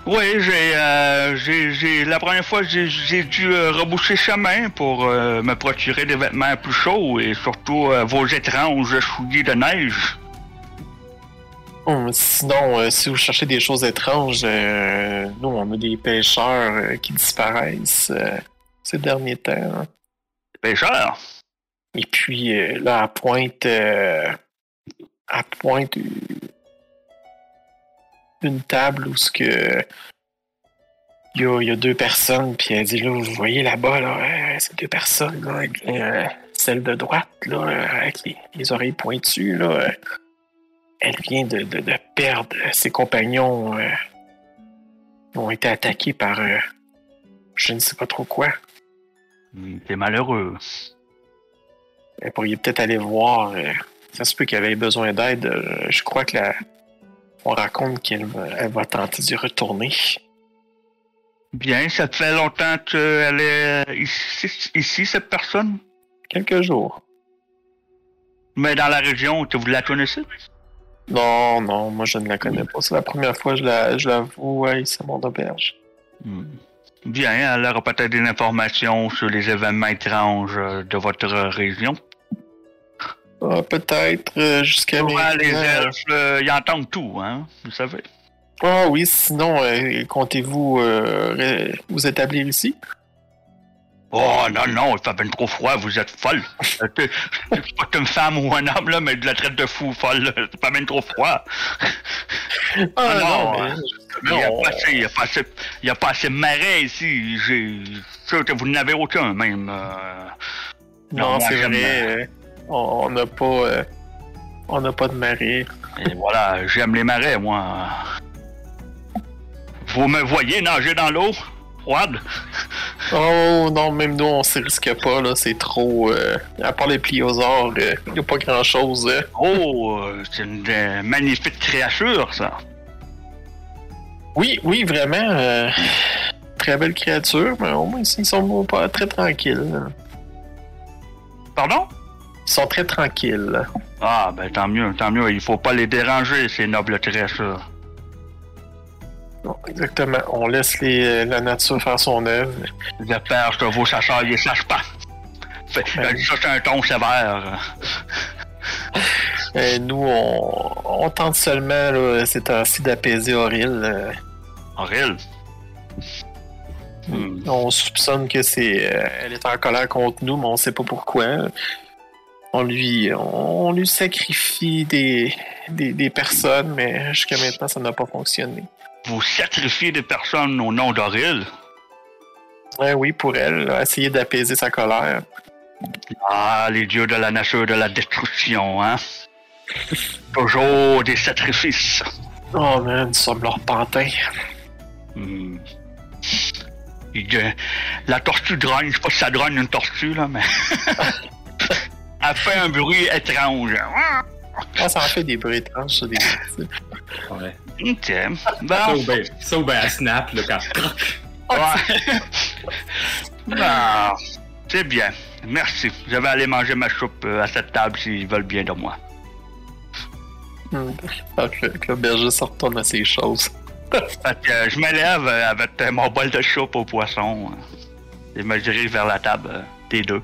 Oui, j'ai, euh, j'ai, j'ai, la première fois, j'ai, j'ai dû euh, reboucher chemin pour euh, me procurer des vêtements plus chauds et surtout euh, vos étranges souliers de neige. Hum, sinon, euh, si vous cherchez des choses étranges, euh, nous, on a des pêcheurs euh, qui disparaissent euh, ces derniers temps. Hein. Pêcheurs? Et puis, euh, là, à Pointe, euh, à Pointe, une table où ce que il y a, il y a deux personnes, puis elle dit là, vous voyez là-bas, là, euh, ces deux personnes, là, avec, euh, celle de droite, là, euh, avec les, les oreilles pointues, là, euh, elle vient de, de, de perdre ses compagnons. Euh, ils ont été attaqués par euh, je ne sais pas trop quoi. C'est malheureux. Vous pourriez peut-être aller voir. Euh, ça se peut qu'elle ait besoin d'aide. Euh, je crois que la, on raconte qu'elle va, elle va tenter d'y retourner. Bien, ça te fait longtemps qu'elle est ici, ici, cette personne? Quelques jours. Mais dans la région, que vous la connaissez? Non, non, moi je ne la connais pas. C'est la première fois que je la, je la vois ici à mon auberge. Hmm. Bien, elle aura peut-être des informations sur les événements étranges de votre région. Ah, peut-être, euh, jusqu'à Souvent, maintenant. les elfes, euh, ils entendent tout, hein, vous savez. Ah oui, sinon, euh, comptez-vous euh, vous établir ici? Oh non, non, il fait bien trop froid, vous êtes folle. C'est pas une femme ou un homme, là, mais de la traite de fou folle, là. C'est pas bien trop froid. Ah non, non, mais... Il n'y a, pas assez- il y a pas assez- il y a pas assez de marais ici. J'ai sûr que vous n'avez aucun, même. Euh... Non, moi, c'est j'aime- vrai. euh, On on n'a pas... euh, on n'a pas de marée. Et voilà, j'aime les marais, moi. Vous me voyez nager dans l'eau froide? Oh non, même nous, on s'y risque pas, là. C'est trop... euh, à part les pliosaures, il n'y a pas grand-chose. euh. Oh, euh, c'est une euh, magnifique créature, ça. Oui, oui, vraiment. euh, très belle créature, mais au moins, ils sont pas très tranquilles. là. Pardon? Ils sont très tranquilles. là. Ah, ben tant mieux, tant mieux. Il faut pas les déranger, ces nobles créatures. Non, exactement. On laisse les, la nature faire son œuvre. J'espère que vos chasseurs ne les sachent pas. Fait, Ben- ça, c'est un ton sévère. Euh, nous, on, on tente seulement, là, ces temps-ci, d'apaiser Auril. euh. Auril. Hmm. On soupçonne que c'est, euh, elle est en colère contre nous, mais on sait pas pourquoi. On lui, on lui sacrifie des, des, des personnes, mais jusqu'à maintenant, ça n'a pas fonctionné. Vous sacrifiez des personnes au nom d'Auril? Ouais, oui, pour elle, là, essayer d'apaiser sa colère. Ah, les dieux de la nature de la destruction, hein? Toujours des sacrifices. Oh man, nous sommes leur pantin. Hmm. Il, euh, la tortue grogne, je sais pas si ça grogne une tortue, là, mais... Elle fait un bruit étrange. Ah, ça en fait des bruits étranges, ça, des... Ouais. Ok. Ça Bon. ou ben, ça ou ben, elle snap, là, quand... Ouais. Non. C'est bien. Merci. Je vais aller manger ma soupe euh, à cette table s'ils veulent bien de moi. Hmm. Ah, que, que le berger se retourne à ses choses. Fait que euh, je me lève euh, avec euh, mon bol de soupe au poisson euh, et me dirige vers la table euh, des deux.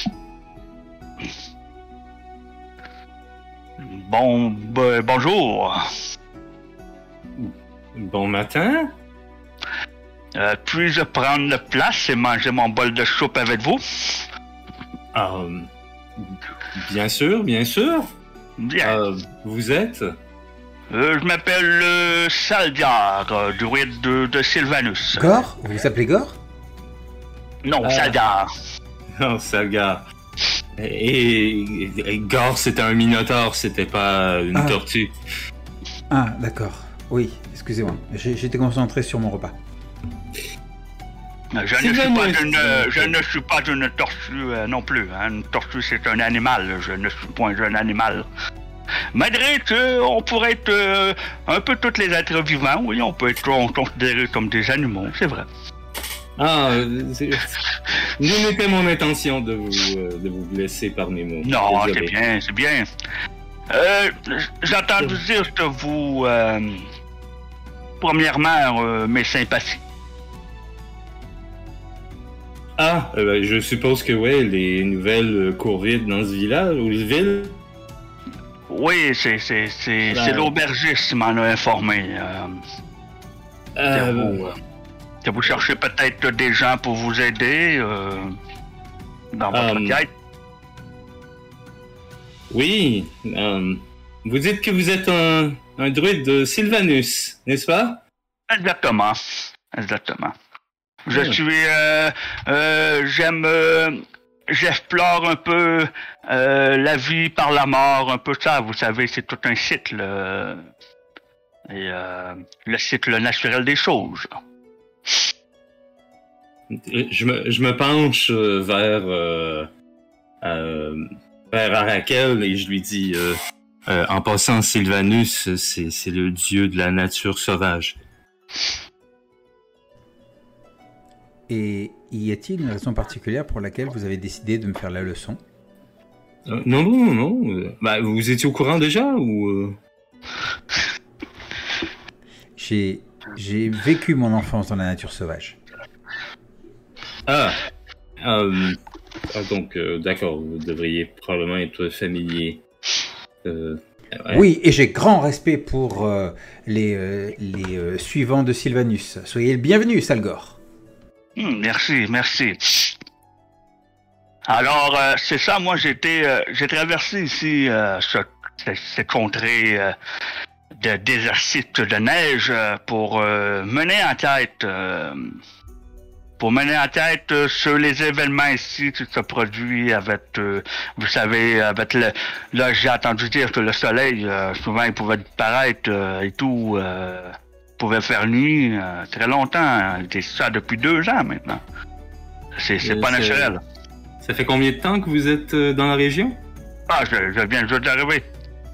Bon, b- bonjour. Bon matin. Euh, puis-je prendre place et manger mon bol de soupe avec vous? Euh, bien sûr, bien sûr. Bien. Euh, vous êtes? Euh, je m'appelle euh, Saldiar, euh, druide de, de Sylvanus. Gore? Vous vous appelez Gore? Non, Ah. Saldiar. Oh, Salgar. Et, et, et Gore, c'était un minotaure, c'était pas une Ah. tortue. Ah, d'accord. Oui, excusez-moi. J'ai- J'étais concentré sur mon repas. Je ne, Sylvanus. suis pas une, euh, je ne suis pas une tortue euh, non plus. Hein. Une tortue, c'est un animal. Je ne suis pas un animal. Malgré qu'on pourrait être euh, un peu tous les êtres vivants, oui, on peut être considérés comme des animaux, c'est vrai. Ah, c'est... Ce n'était mon intention de vous, euh, de vous blesser par mes mots. Non, Désolé. c'est bien, c'est bien. Euh, j'ai entendu dire que vous... Euh, premièrement, euh, mes sympathies. Ah, euh, ben, je suppose que ouais, les nouvelles euh, courent vite dans ce village ou cette ville. Oui, c'est c'est c'est Ben... c'est l'aubergiste qui m'en a informé. Euh, euh, que, vous, euh, que vous cherchez peut-être des gens pour vous aider euh, dans votre um, quête. Oui. Um, vous dites que vous êtes un, un druide de Sylvanus, n'est-ce pas? Exactement. Exactement. Je Ouais. suis... Euh, euh, j'aime... Euh, j'explore un peu euh, la vie par la mort, un peu ça. Vous savez, c'est tout un cycle. Euh, et euh, le cycle naturel des choses. Je me, je me penche euh, vers, euh, euh, vers Arakel et je lui dis, euh, euh, en passant, Sylvanus, c'est, c'est le dieu de la nature sauvage. Et y a-t-il une raison particulière pour laquelle vous avez décidé de me faire la leçon? Euh, non, non, non. Euh, bah, vous étiez au courant déjà ou euh... J'ai, j'ai vécu mon enfance dans la nature sauvage. Ah, euh, ah donc, euh, d'accord, vous devriez probablement être familier. Euh, ouais. Oui, et j'ai grand respect pour euh, les, euh, les euh, suivants de Sylvanus. Soyez le bienvenu, Salgor. Hum, merci, merci. Alors, euh, c'est ça, moi, j'étais, euh, j'ai traversé ici euh, ce, ce, ces contrées euh, de désertiques de neige euh, pour euh, mener en tête... Euh, pour mener en tête euh, sur les événements ici qui se produisent avec, euh, vous savez, avec le... Là, j'ai entendu dire que le soleil, euh, souvent, il pouvait disparaître euh, et tout, euh, pouvait faire nuit euh, très longtemps. C'est ça depuis deux ans maintenant. C'est, c'est Euh, pas c'est- naturel. Ça fait combien de temps que vous êtes euh, dans la région? Ah, je, je viens juste d'arriver.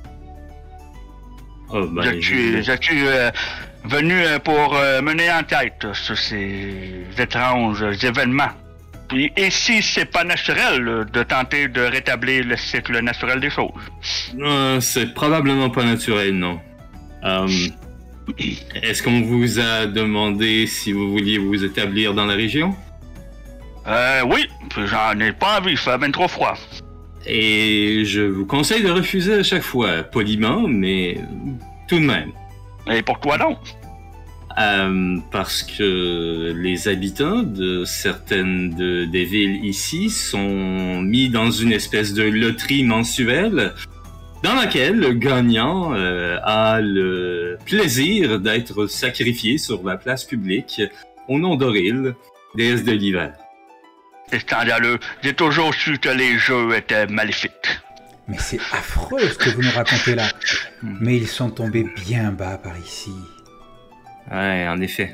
Oh, ben, je suis, je suis euh, venu euh, pour euh, mener en tête euh, sur ces étranges événements. Puis ici, c'est pas naturel euh, de tenter de rétablir le cycle naturel des choses. Euh, c'est probablement pas naturel, non. Euh, est-ce qu'on vous a demandé si vous vouliez vous établir dans la région? Euh, oui, puis j'en ai pas envie, il fait bien trop froid. Et je vous conseille de refuser à chaque fois, poliment, mais tout de même. Et pourquoi donc? Euh, parce que les habitants de certaines de, des villes ici sont mis dans une espèce de loterie mensuelle dans laquelle le gagnant euh, a le plaisir d'être sacrifié sur la place publique au nom d'Oril, déesse de l'hiver. C'est scandaleux. J'ai toujours su que les jeux étaient maléfiques. Mais c'est affreux ce que vous nous racontez là. Mais ils sont tombés bien bas par ici. Ouais, en effet.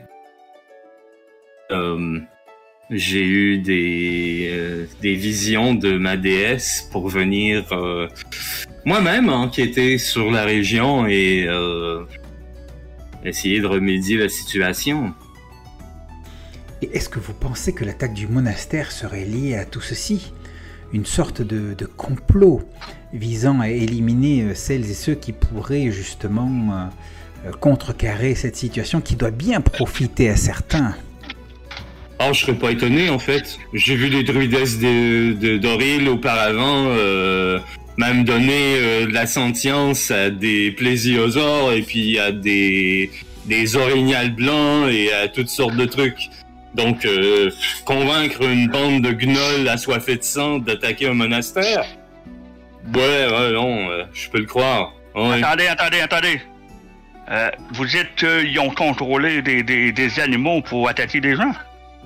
Euh, j'ai eu des, euh, des visions de ma déesse pour venir euh, moi-même enquêter sur la région et euh, essayer de remédier à la situation. Et est-ce que vous pensez que l'attaque du monastère serait liée à tout ceci? Une sorte de, de complot visant à éliminer celles et ceux qui pourraient justement euh, contrecarrer cette situation qui doit bien profiter à certains. Oh, je serais pas étonné en fait. J'ai vu les druidesses de, de, d'Oril auparavant euh, même donner euh, de la sentience à des plésiosaures et puis à des, des orignals blancs et à toutes sortes de trucs. Donc, euh, convaincre une bande de gnolls assoiffés de sang d'attaquer un monastère? Ouais, ouais, non, euh, je peux le croire. Ouais. Attendez, attendez, attendez. Euh, vous dites qu'ils ont contrôlé des, des, des animaux pour attaquer des gens?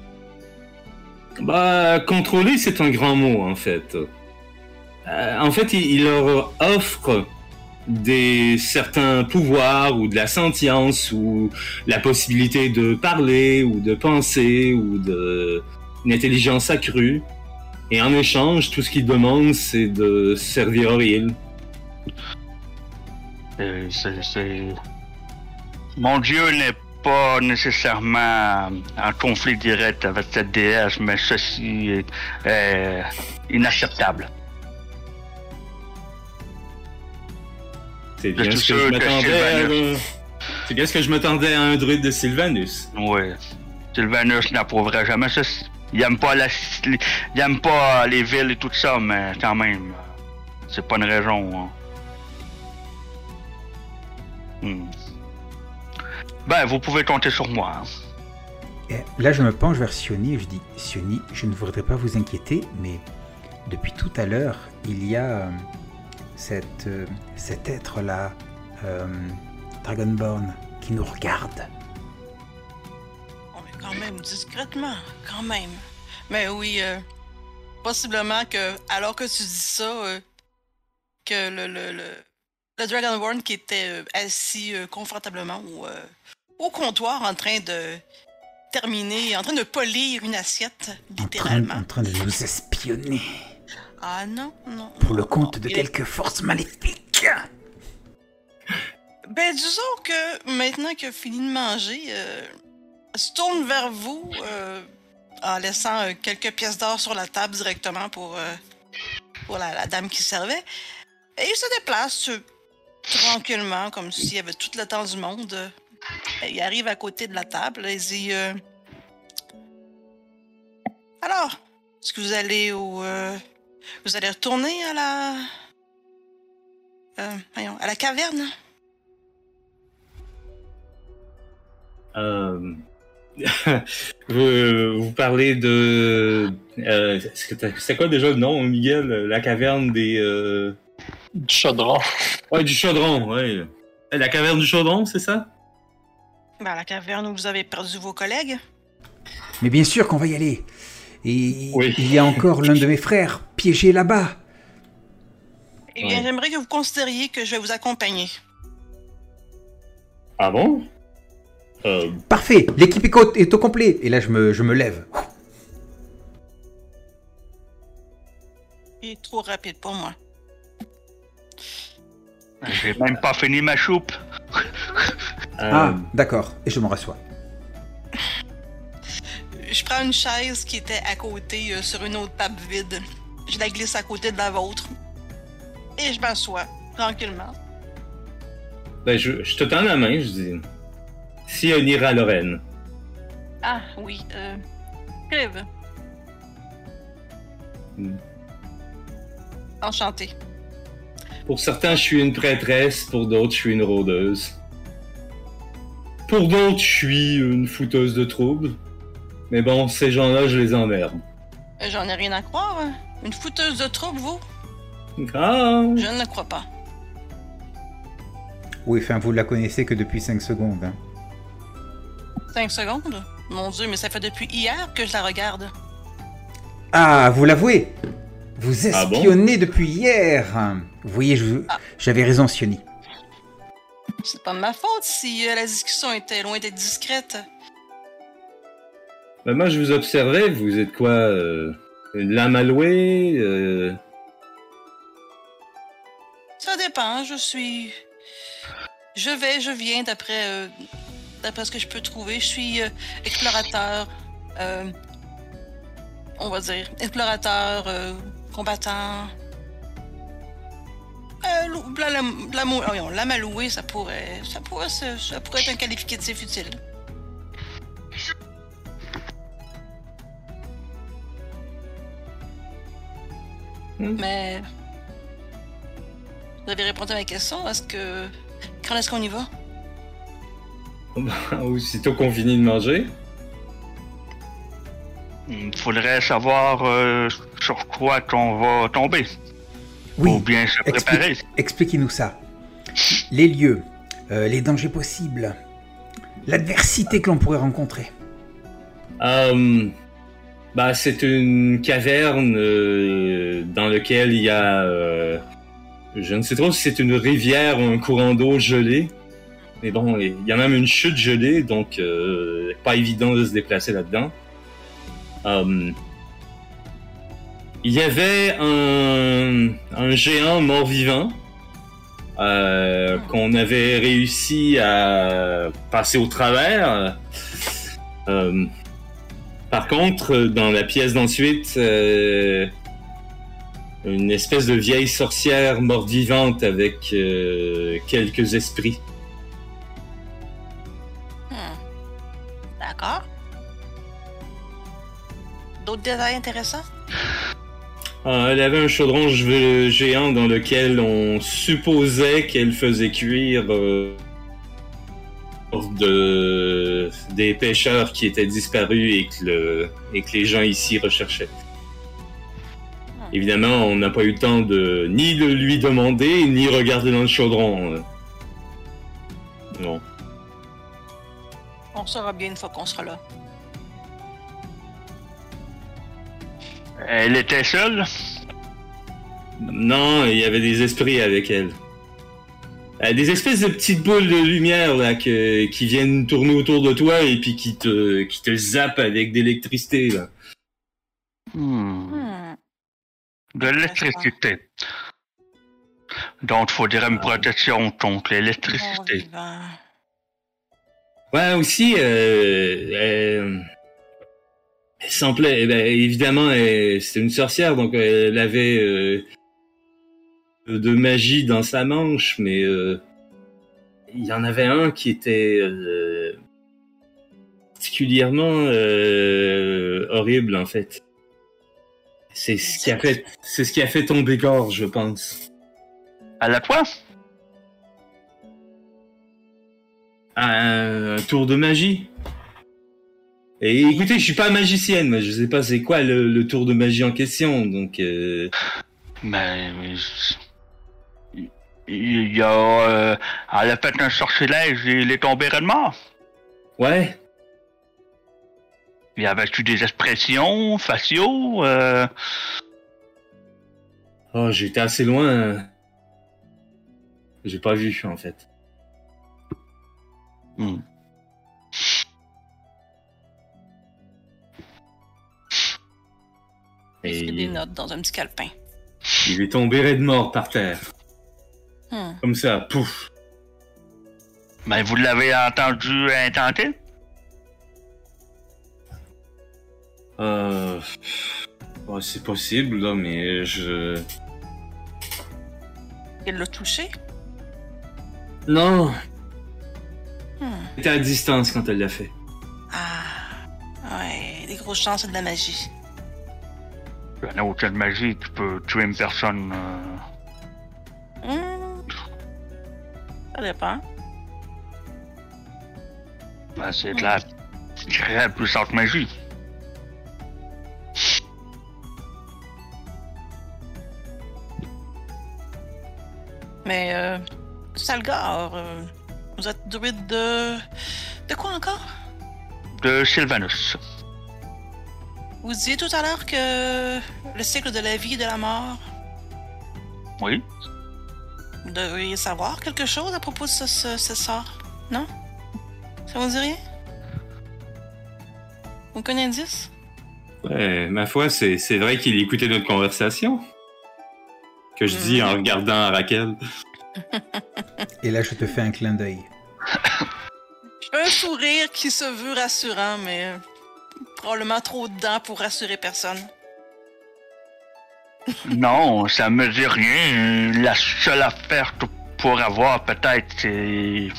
Bah, contrôler, c'est un grand mot, en fait. Euh, en fait, il, il leur offre des certains pouvoirs ou de la sentience ou la possibilité de parler ou de penser ou de une intelligence accrue. Et en échange, tout ce qu'ils demandent, c'est de servir Oril. Euh, c'est, c'est... Mon dieu n'est pas nécessairement en conflit direct avec cette déesse, mais ceci est euh, inacceptable. C'est Je bien suis ce que sûr je que m'attendais. Sylvanus- là. C'est qu'est-ce que je m'attendais à un druide de Sylvanus? Oui. Sylvanus n'approuvera jamais ça. Il aime pas la, il aime pas les villes et tout ça, mais quand même, c'est pas une raison. Hein. Hmm. Ben, vous pouvez compter sur moi. Hein. Et là, je me penche vers Sioni et je dis, Sioni, je ne voudrais pas vous inquiéter, mais depuis tout à l'heure, il y a euh, cette, euh, cet être-là, euh, Dragonborn, qui nous regarde. Oh, mais quand même, discrètement, quand même. Mais oui, euh, possiblement que, alors que tu dis ça, euh, que le, le, le, le Dragonborn qui était euh, assis euh, confortablement au, euh, au comptoir en train de terminer, en train de polir une assiette, littéralement. En train, en train de nous espionner. Ah non, non. Pour le non, compte non. de Il quelques est... forces maléfiques. Ben, disons que maintenant qu'il a fini de manger, euh, se tourne vers vous euh, en laissant euh, quelques pièces d'or sur la table directement pour, euh, pour la, la dame qui servait. Et il se déplace euh, tranquillement, comme s'il y avait tout le temps du monde. Euh, il arrive à côté de la table et dit euh, alors, est-ce que vous allez au... Euh, vous allez retourner à la... Euh, voyons, à la caverne? Euh... vous, vous parlez de... Euh, c'est quoi déjà le nom, Miguel? La caverne des... Euh... Du chaudron. Ouais, du chaudron, ouais. La caverne du chaudron, c'est ça? Ben, à la caverne où vous avez perdu vos collègues? Mais bien sûr qu'on va y aller. Et oui. Il y a encore l'un de mes frères piégé là-bas. Eh bien, ouais. J'aimerais que vous considériez que je vais vous accompagner. Ah bon? Euh... Parfait, l'équipe est au complet. Et là, je me, je me lève. Il est trop rapide pour moi. J'ai même pas fini ma choupe. Euh... Ah, d'accord. Et je me rassois. Je prends une chaise qui était à côté euh, sur une autre table vide. Je la glisse à côté de la vôtre. Et je m'assois, tranquillement. Ben, je, je te tends la main, je dis... Si on ira à Lorraine. Ah, oui, euh... Crève. Hmm. Enchanté. Pour certains, je suis une prêtresse, pour d'autres, je suis une rôdeuse. Pour d'autres, je suis une fouteuse de troubles. Mais bon, ces gens-là, je les emmerde. Euh, J'en ai rien à croire. Hein. Une fouteuse de trouble, vous? Ah! Je ne le crois pas. Oui, enfin, vous la connaissez que depuis cinq secondes. Hein. Cinq secondes? Mon Dieu, mais ça fait depuis hier que je la regarde. Ah, vous l'avouez? Vous Ah bon? espionnez depuis hier. Vous voyez, je, Ah. j'avais raison, Sioni. C'est pas de ma faute si euh, la discussion était loin d'être discrète. Ben moi, je vous observais, vous êtes quoi? Euh, une lame à louer? Euh... Ça dépend, je suis... Je vais, je viens d'après euh, d'après ce que je peux trouver. Je suis euh, explorateur, euh, on va dire, explorateur, euh, combattant. Euh, lou- la, la, la, la, lame à louer, ça pourrait, ça pourrait, ça, ça pourrait être un qualificatif utile. Hmm. Mais vous avez répondu à ma question. Est-ce que quand est-ce qu'on y va? Aussitôt qu'on finit de manger. Il faudrait savoir euh, sur quoi qu'on va tomber. Oui, Ou bien se préparer. expli- expliquez-nous ça. Les lieux, euh, les dangers possibles, l'adversité que l'on pourrait rencontrer. Euh, bah, c'est une caverne euh, dans laquelle il y a... Euh, je ne sais trop si c'est une rivière ou un courant d'eau gelé. Mais bon, il y a même une chute gelée, donc euh, pas évident de se déplacer là-dedans. Euh, il y avait un, un géant mort-vivant euh, qu'on avait réussi à passer au travers. Euh, par contre, dans la pièce d'ensuite, euh, une espèce de vieille sorcière mort-vivante avec euh, quelques esprits. détails intéressants? Ah, elle avait un chaudron gé- géant dans lequel on supposait qu'elle faisait cuire euh, de, des pêcheurs qui étaient disparus et que, le, et que les gens ici recherchaient. Évidemment, on n'a pas eu le temps de ni de lui demander, ni regarder dans le chaudron. Non. On saura bien une fois qu'on sera là. Elle était seule? Non, il y avait des esprits avec elle. Euh, Des espèces de petites boules de lumière là, que, qui viennent tourner autour de toi et puis qui te, qui te zappent avec d'électricité. Là. Hmm. Hmm. De l'électricité. Donc, il faudrait une protection contre Bon l'électricité. vivant. Ouais, aussi, euh, euh, elle semblait, eh ben, évidemment, elle- c'était une sorcière, donc elle avait euh, de magie dans sa manche, mais euh, il y en avait un qui était euh, particulièrement euh, horrible, en fait. C'est ce qui a fait, c'est ce qui a fait tomber Gorge, je pense. À la toi? Un, un tour de magie. Et écoutez, je suis pas magicienne, mais je sais pas c'est quoi le, le tour de magie en question, donc... Euh... Mais... mais il y a... Euh, elle a fait un sortilège et il est tombé raide mort. Ouais. Il y avait-tu des expressions faciaux? Euh... Oh, j'étais assez loin. J'ai pas vu, en fait. Hmm. Écris Et des notes dans un petit calepin. il est tombé raide mort par terre. Hmm. Comme ça, pouf. Mais vous l'avez entendu intenter? Euh... oh, c'est possible, là, mais je... Elle l'a touché? Non, Hmm. j'étais à distance quand elle l'a fait. Ah. Ouais, des grosses chances c'est de la magie. Un autre de magie qui peut tuer une personne. Euh... Hmm. Ça dépend. Ben, c'est de la très puissante magie. Mais, euh, Salgar, euh, vous êtes druide de... De quoi encore? De Sylvanus. Vous disiez tout à l'heure que le cycle de la vie et de la mort, Oui. vous devriez savoir quelque chose à propos de ce, ce, ce sort, non? Ça vous dit rien? Aucun indice? Ouais, ma foi, c'est, c'est vrai qu'il écoutait notre conversation. Que je dis en regardant Raquel. Et là, je te fais un clin d'œil. Un sourire qui se veut rassurant, mais euh, probablement trop dedans pour rassurer personne. Non, ça me dit rien. La seule affaire que pour avoir peut-être, c'est...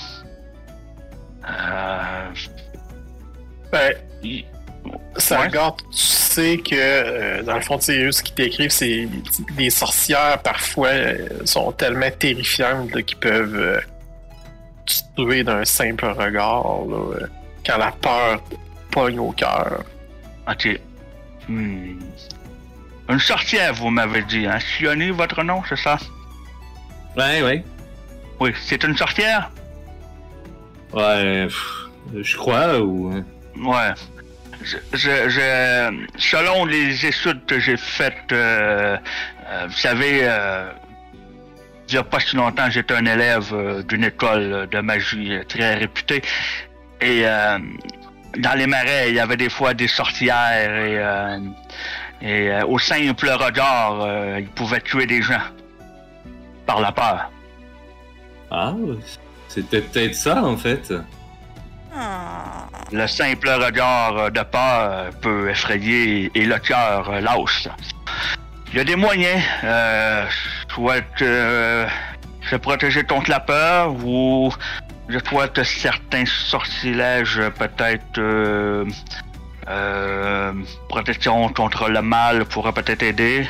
Euh... Ben, il- Salgar, tu sais que, euh, dans le fond, tu sais, eux, ce qu'ils décrivent, c'est des sorcières, parfois, euh, sont tellement terrifiantes là, qu'ils peuvent euh, tuer d'un simple regard, là, euh, quand la peur pogne au cœur. Ok. Hmm. Une sorcière, vous m'avez dit, hein? Sionné, votre nom, c'est ça? Ouais, ouais. Oui, c'est une sorcière? Ouais, pff, je crois, ou... Ouais. Je, je, je- selon les études que j'ai faites, euh, euh, vous savez, euh, il n'y a pas si longtemps, j'étais un élève euh, d'une école de magie euh, très réputée. Et euh, dans les marais, il y avait des fois des sorcières et, euh, et euh, au simple regard, euh, ils pouvaient tuer des gens par la peur. Ah, c'était peut-être ça, en fait. Ah. Le simple regard de peur peut effrayer et le cœur lâche. Il y a des moyens, euh, soit euh, se protéger contre la peur ou je crois que certains sortilèges peut-être euh, Euh, protection contre le mal pourrait peut-être aider.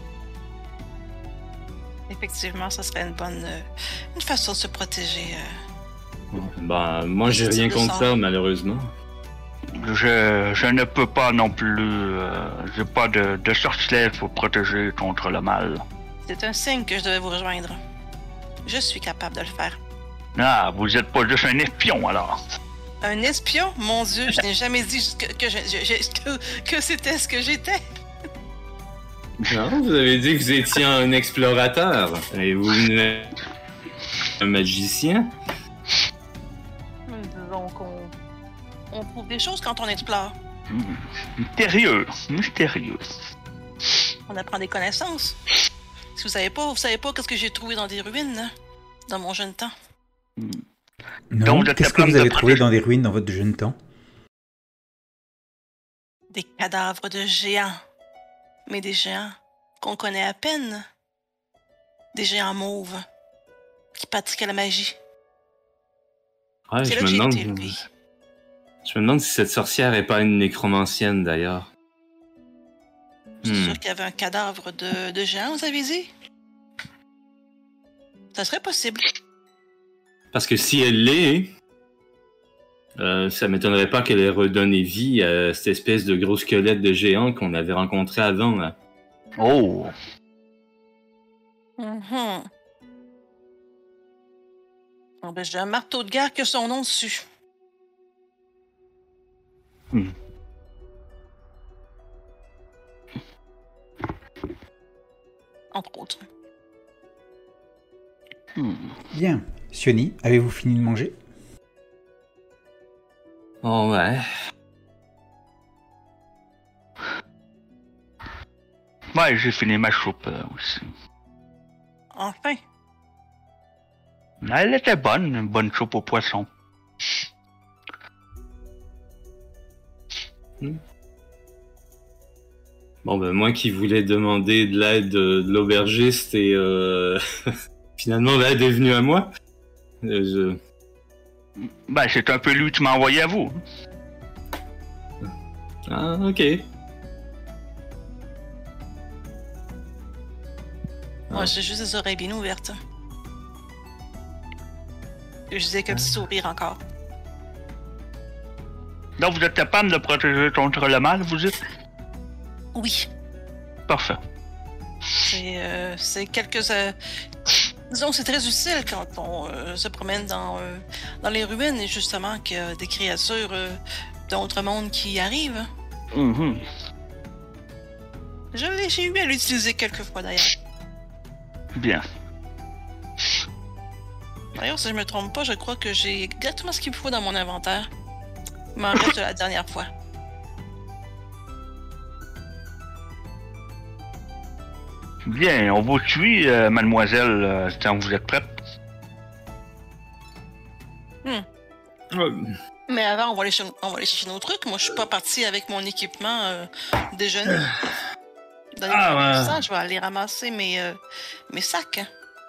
Effectivement, ça serait une bonne euh, une façon de se protéger. Euh. Ben, moi, j'ai Ce rien type de contre sort. ça, malheureusement. Je, je ne peux pas non plus. Euh, j'ai pas de, de sortilège pour protéger contre le mal. C'est un signe que je devais vous rejoindre. Je suis capable de le faire. Ah, vous êtes pas juste un espion alors. Un espion? Mon Dieu, je n'ai jamais dit que, que, je- je- je- que, que c'était ce que j'étais. Non, vous avez dit que vous étiez un explorateur. Et vous venez un magicien? Disons qu'on on trouve des choses quand on explore. Hmm. Mystérieux, mystérieux. On apprend des connaissances. Si vous savez pas, vous savez pas qu'est-ce que j'ai trouvé dans des ruines, hein, dans mon jeune temps. Non, Donc, vous êtes qu'est-ce que capable vous avez de trouvé protéger- dans des ruines dans votre jeune temps? Des cadavres de géants. Mais des géants qu'on connaît à peine. Des géants mauves qui pratiquaient la magie. Ouais, C'est je là me que j'ai demande. été élevé. Je me demande si cette sorcière est pas une nécromancienne d'ailleurs. C'est Hmm. sûr qu'il y avait un cadavre de, de géant, vous avez dit? Ça serait possible. Parce que si elle l'est, euh, ça m'étonnerait pas qu'elle ait redonné vie à cette espèce de gros squelette de géant qu'on avait rencontré avant. Là. Oh, Mhm. Ah ben, j'ai un marteau de guerre qui a son nom dessus. Hmm. Entre autres. Hmm. Bien. Sioni, avez-vous fini de manger? Oh ouais. Ouais, j'ai fini ma soupe euh, aussi. Enfin. Elle était bonne, une bonne soupe au poisson. Bon ben moi qui voulais demander de l'aide de, de l'aubergiste et euh, finalement l'aide est venue à moi. Euh, je... Ben, c'est un peu lui qui m'a envoyé à vous. Ah ok. Moi, j'ai juste des oreilles bien ouvertes. Je disais avec un petit sourire encore. Donc, vous êtes capable de protéger contre le mal, vous dites? Oui. Parfait. C'est euh, c'est quelques... euh, disons, c'est très utile quand on euh, se promène dans, euh, dans les ruines et justement qu'il y a des créatures euh, d'autres mondes qui arrivent. Mhm. Je l'ai- J'ai eu à l'utiliser quelques fois d'ailleurs. Bien. D'ailleurs, si je me trompe pas, je crois que j'ai exactement ce qu'il me faut dans mon inventaire. Il m'en reste de la dernière fois. Bien, on vous suit, euh, mademoiselle, euh, quand vous êtes prête. Ouais. Mais avant, on va aller, ch- on va aller chercher nos trucs. Moi, je suis pas partie avec mon équipement euh, déjeuner. Donnez-moi Ah, un ouais. instant, je vais aller ramasser mes, euh, mes sacs.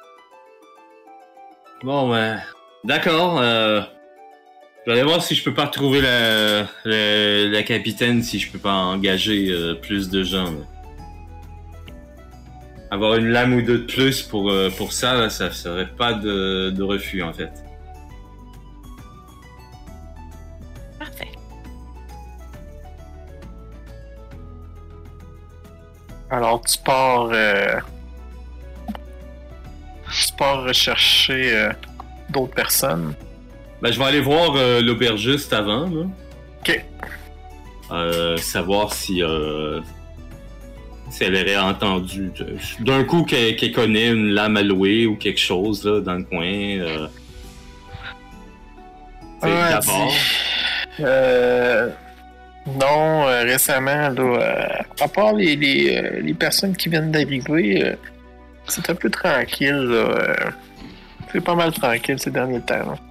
Bon ouais. D'accord. Euh... Je vais aller voir si je peux pas retrouver la, la, la capitaine, si je peux pas engager euh, plus de gens. Là. Avoir une lame ou deux de plus pour, euh, pour ça, là, ça serait pas de, de refus en fait. Parfait. Alors, tu pars. Euh... Tu pars rechercher euh, d'autres personnes. Ben, je vais aller voir euh, l'aubergiste avant, là. Ok. Euh, savoir si, euh, si elle aurait entendu de- d'un coup qu'elle qu'elle connaît une lame à louer ou quelque chose là, dans le coin. Euh, tu sais, Ah, d'abord. dis- Euh, non, euh, récemment, là, euh, à part les, les, euh, les personnes qui viennent d'arriver, euh, c'est un peu tranquille. Là, euh, c'est pas mal tranquille ces derniers temps. Là.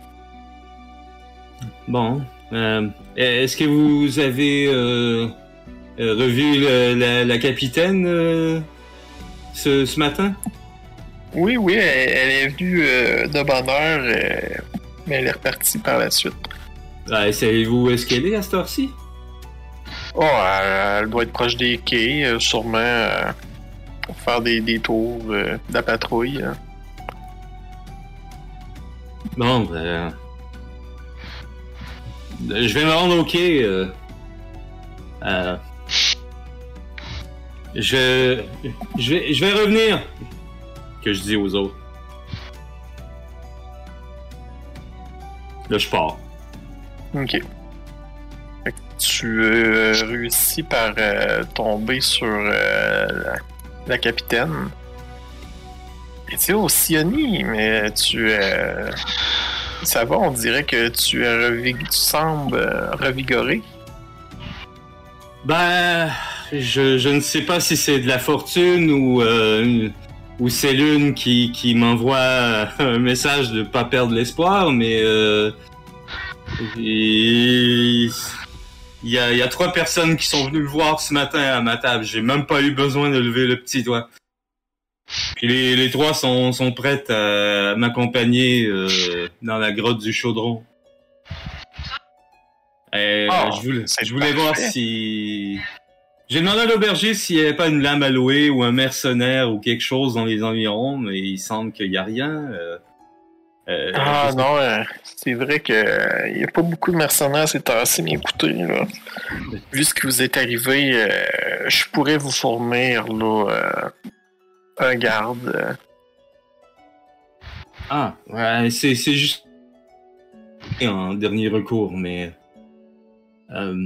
Bon. Euh, est-ce que vous avez euh, euh, revu le- la, la capitaine euh, ce, ce matin? Oui, oui, elle, elle est venue euh, de bonne heure, euh, mais elle est repartie par la suite. Ah, savez-vous où est-ce qu'elle est à cette heure-ci? Oh, elle, elle doit être proche des quais, euh, sûrement euh, pour faire des, des tours euh, de la patrouille. Hein. Bon, ben... Je vais me rendre au quai. Euh, euh, je, je, vais, je vais revenir, que je dis aux autres. Là, je pars. Ok. Fait que tu euh, réussis par euh, tomber sur euh, la, la capitaine. Et tu es au Sioni, mais tu... Euh, ça va, on dirait que tu, es revig... tu sembles euh, revigoré. Ben, je, je ne sais pas si c'est de la fortune ou, euh, ou c'est l'une qui, qui m'envoie un message de pas perdre l'espoir, mais euh, il y a, il y a trois personnes qui sont venues me voir ce matin à ma table. J'ai même pas eu besoin de lever le petit doigt. Puis les, les trois sont, sont prêtes à m'accompagner euh, dans la grotte du Chaudron. Euh, Oh, je voulais, c'est je voulais parfait. voir si... J'ai demandé à l'aubergiste s'il n'y avait pas une lame à louer ou un mercenaire ou quelque chose dans les environs, mais il semble qu'il n'y a rien. Euh, euh, Ah je sais- non, euh, c'est vrai que euh, il n'y a pas beaucoup de mercenaires ces temps-ci, mais écoutez, là, vu ce qui vous est arrivé, euh, je pourrais vous fournir là, euh, un garde. euh. Ah, ouais, c'est, c'est juste en dernier recours, mais... Euh,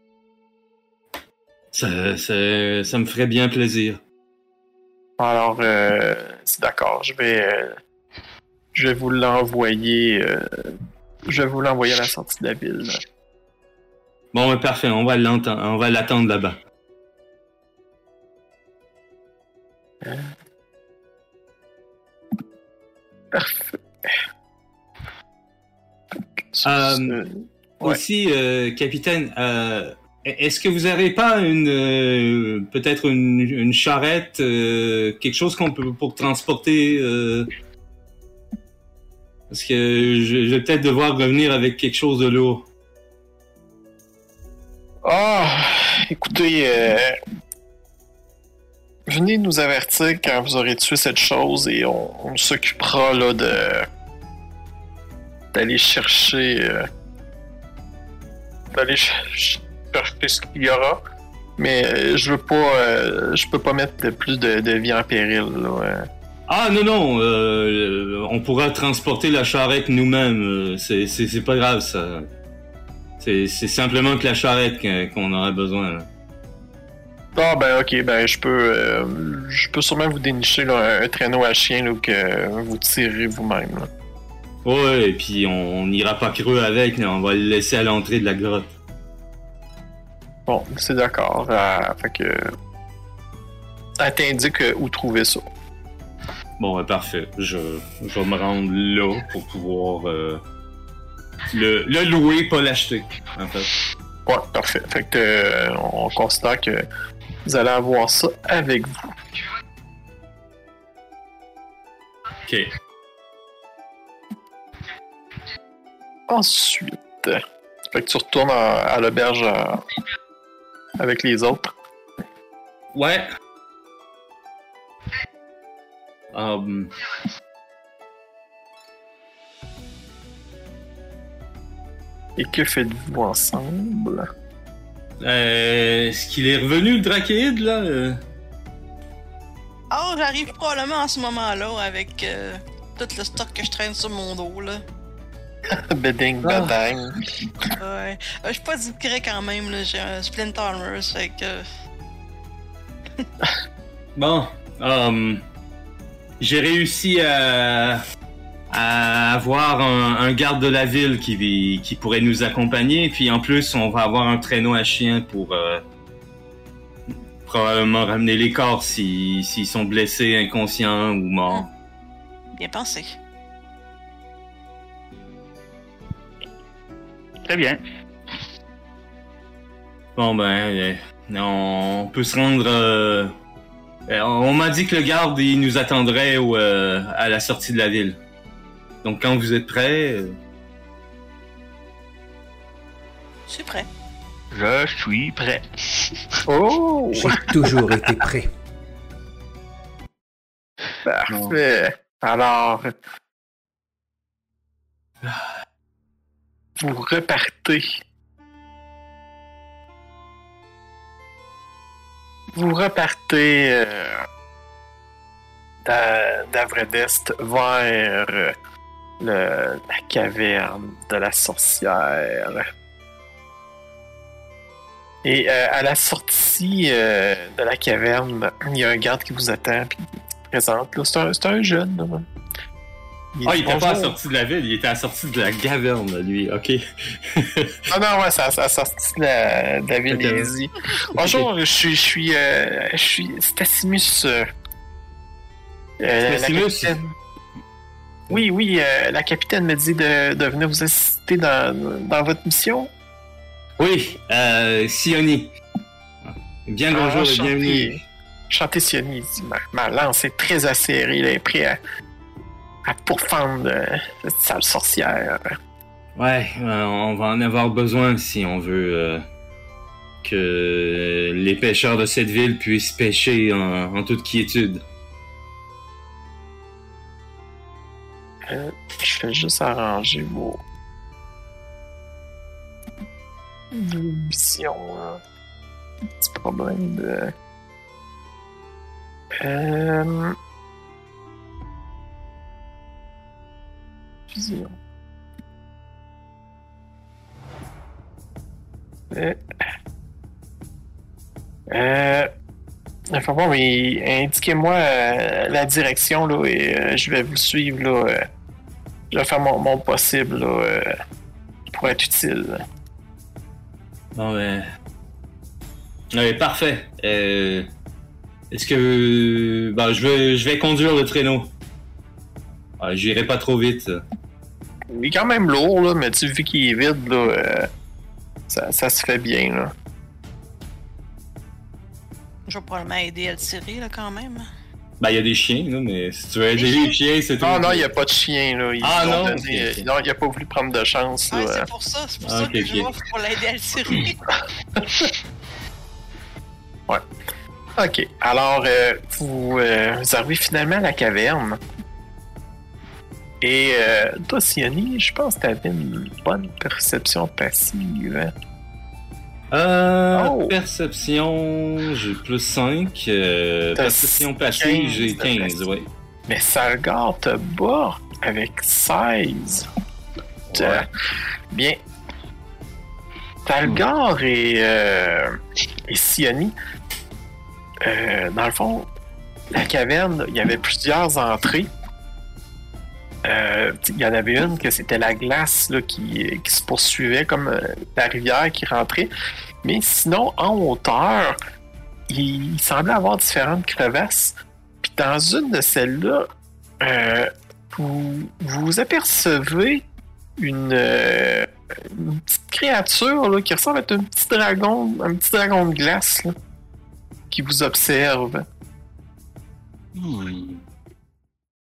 ça, ça, ça me ferait bien plaisir. Alors, euh, c'est d'accord, je vais, euh, je vais vous l'envoyer. euh, je vais vous l'envoyer à la sortie de la ville. là. Bon, ben, parfait, on va l'entendre, on va l'attendre là-bas. Parfait. Euh, Euh, Ouais. Aussi, euh, capitaine, euh, est-ce que vous n'avez pas une euh, peut-être une, une charrette, euh, quelque chose qu'on peut pour transporter euh, parce que je, je vais peut-être devoir revenir avec quelque chose de lourd. Ah, écoutez, euh, venez nous avertir quand vous aurez tué cette chose et on, on s'occupera là de d'aller chercher euh, d'aller ch- chercher ce qu'il y aura. Mais euh, je veux pas, euh, je peux pas mettre plus de, de vie en péril. Là, euh. Ah non non, euh, on pourra transporter la charrette nous-mêmes. euh, C'est c'est c'est pas grave ça. C'est c'est simplement que la charrette qu'on qu'on aura besoin. là. Ah ben ok, ben je peux, euh, je peux sûrement vous dénicher là, un, un traîneau à chien là, que vous tirez vous-même. là. Ouais, et puis on on n'ira pas creux avec, là, on va le laisser à l'entrée de la grotte. Bon, c'est d'accord. Euh, fait que. Elle t'indique euh, où trouver ça. Bon, ben, parfait. Je, je vais me rendre là pour pouvoir euh, le, le louer, pas l'acheter, en fait. Ouais, parfait. Fait que euh, on considère que vous allez avoir ça avec vous. Ok. Ensuite, fait que tu retournes à, à l'auberge euh, avec les autres. Ouais. Um, Et que faites-vous ensemble? euh, est-ce qu'il est revenu, le Drachéide, là? euh? Ah, j'arrive probablement en ce moment-là avec euh, tout le stock que je traîne sur mon dos, là. Beding, Ah. badang. Ouais. Euh, je suis pas discret quand même, là. J'ai un Splint Armor, fait que... Bon. Um, j'ai réussi à, à avoir un, un garde de la ville qui, qui pourrait nous accompagner. Puis en plus, on va avoir un traîneau à chien pour euh, probablement ramener les corps si, s'ils sont blessés, inconscients ou morts. Bien pensé. Très bien. Bon ben, euh, on peut se rendre... euh, euh, on m'a dit que le garde, il nous attendrait au, euh, à la sortie de la ville. Donc quand vous êtes prêts... euh, Je suis prêt. Je suis prêt. Oh! J'ai toujours été prêt. Parfait. Alors, vous repartez. Vous repartez euh, d'A- d'Avredest vers euh, le, la caverne de la sorcière. Et euh, à la sortie euh, de la caverne, il y a un garde qui vous attend puis qui se présente. Là. C'est, un, c'est un jeune. Là. Ah, il dit était pas à la bonjour. sortie de la ville, il était à la sortie de la caverne, lui, ok. Ah non, ouais, c'est à la sortie de la, de la ville Ok. d'Hérésie. Bonjour, je suis, je suis, euh, je suis Stacimus. Euh, euh, la Stacimus? capitaine. Oui, oui, euh, la capitaine me dit de, de venir vous assister dans, dans votre mission. Oui, euh, Sioni. Bien le bonjour Ah, et bienvenue. Chanté Sioni, il dit, ma, ma lance est très acérée, là, est prêt à, à pourfendre euh, cette sale sorcière. Ouais, euh, on va en avoir besoin si on veut euh, que les pêcheurs de cette ville puissent pêcher en, en toute quiétude. Euh, je vais juste arranger vos... vos missions, là. Petit problème de... Euh... Fusion. Euh... Euh... Enfin bon, mais indiquez-moi euh, la direction, là, et euh, je vais vous suivre, là. Euh, je vais faire mon, mon possible, là, euh, pour être utile. Bon, ben... Ouais, parfait. Euh, Est-ce que... Ben, je vais, je vais conduire le traîneau. Ouais, j'irai pas trop vite. Il est quand même lourd, là, mais tu vu qu'il est vide, là, euh, ça, ça se fait bien, là. Je vais probablement aider à le tirer, là, quand même. Ben, il y a des chiens, là, mais si tu veux aider Des les chiens, c'est tout. Ah non, il n'y a pas de chien, là. Ils Ah, lui ont non? donné- Ok, ok. euh, non, il a pas voulu prendre de chance, là. Ouais, c'est pour ça, c'est pour Ah, ça ok, que je ok. m'offre pour l'aider à le tirer. Ok, alors, euh, vous, euh, vous arrivez finalement à la caverne. Et euh, toi, Siani, je pense que tu avais une bonne perception passive. Hein? Euh, Oh. Perception, j'ai plus cinq. Euh, T'as perception passive, quinze j'ai de quinze, passive. ouais. Mais Salgar te bat avec seize. Ouais. Bien. Talgar et, euh, et Siani, euh, dans le fond, la caverne, il y avait plusieurs entrées. Euh, il y en avait une que c'était la glace là, qui, qui se poursuivait comme euh, la rivière qui rentrait. Mais sinon, en hauteur, il, il semblait avoir différentes crevasses. Puis dans une de celles-là, euh, vous, vous apercevez une, euh, une petite créature là, qui ressemble à un petit dragon, un petit dragon de glace là, qui vous observe. Hmm.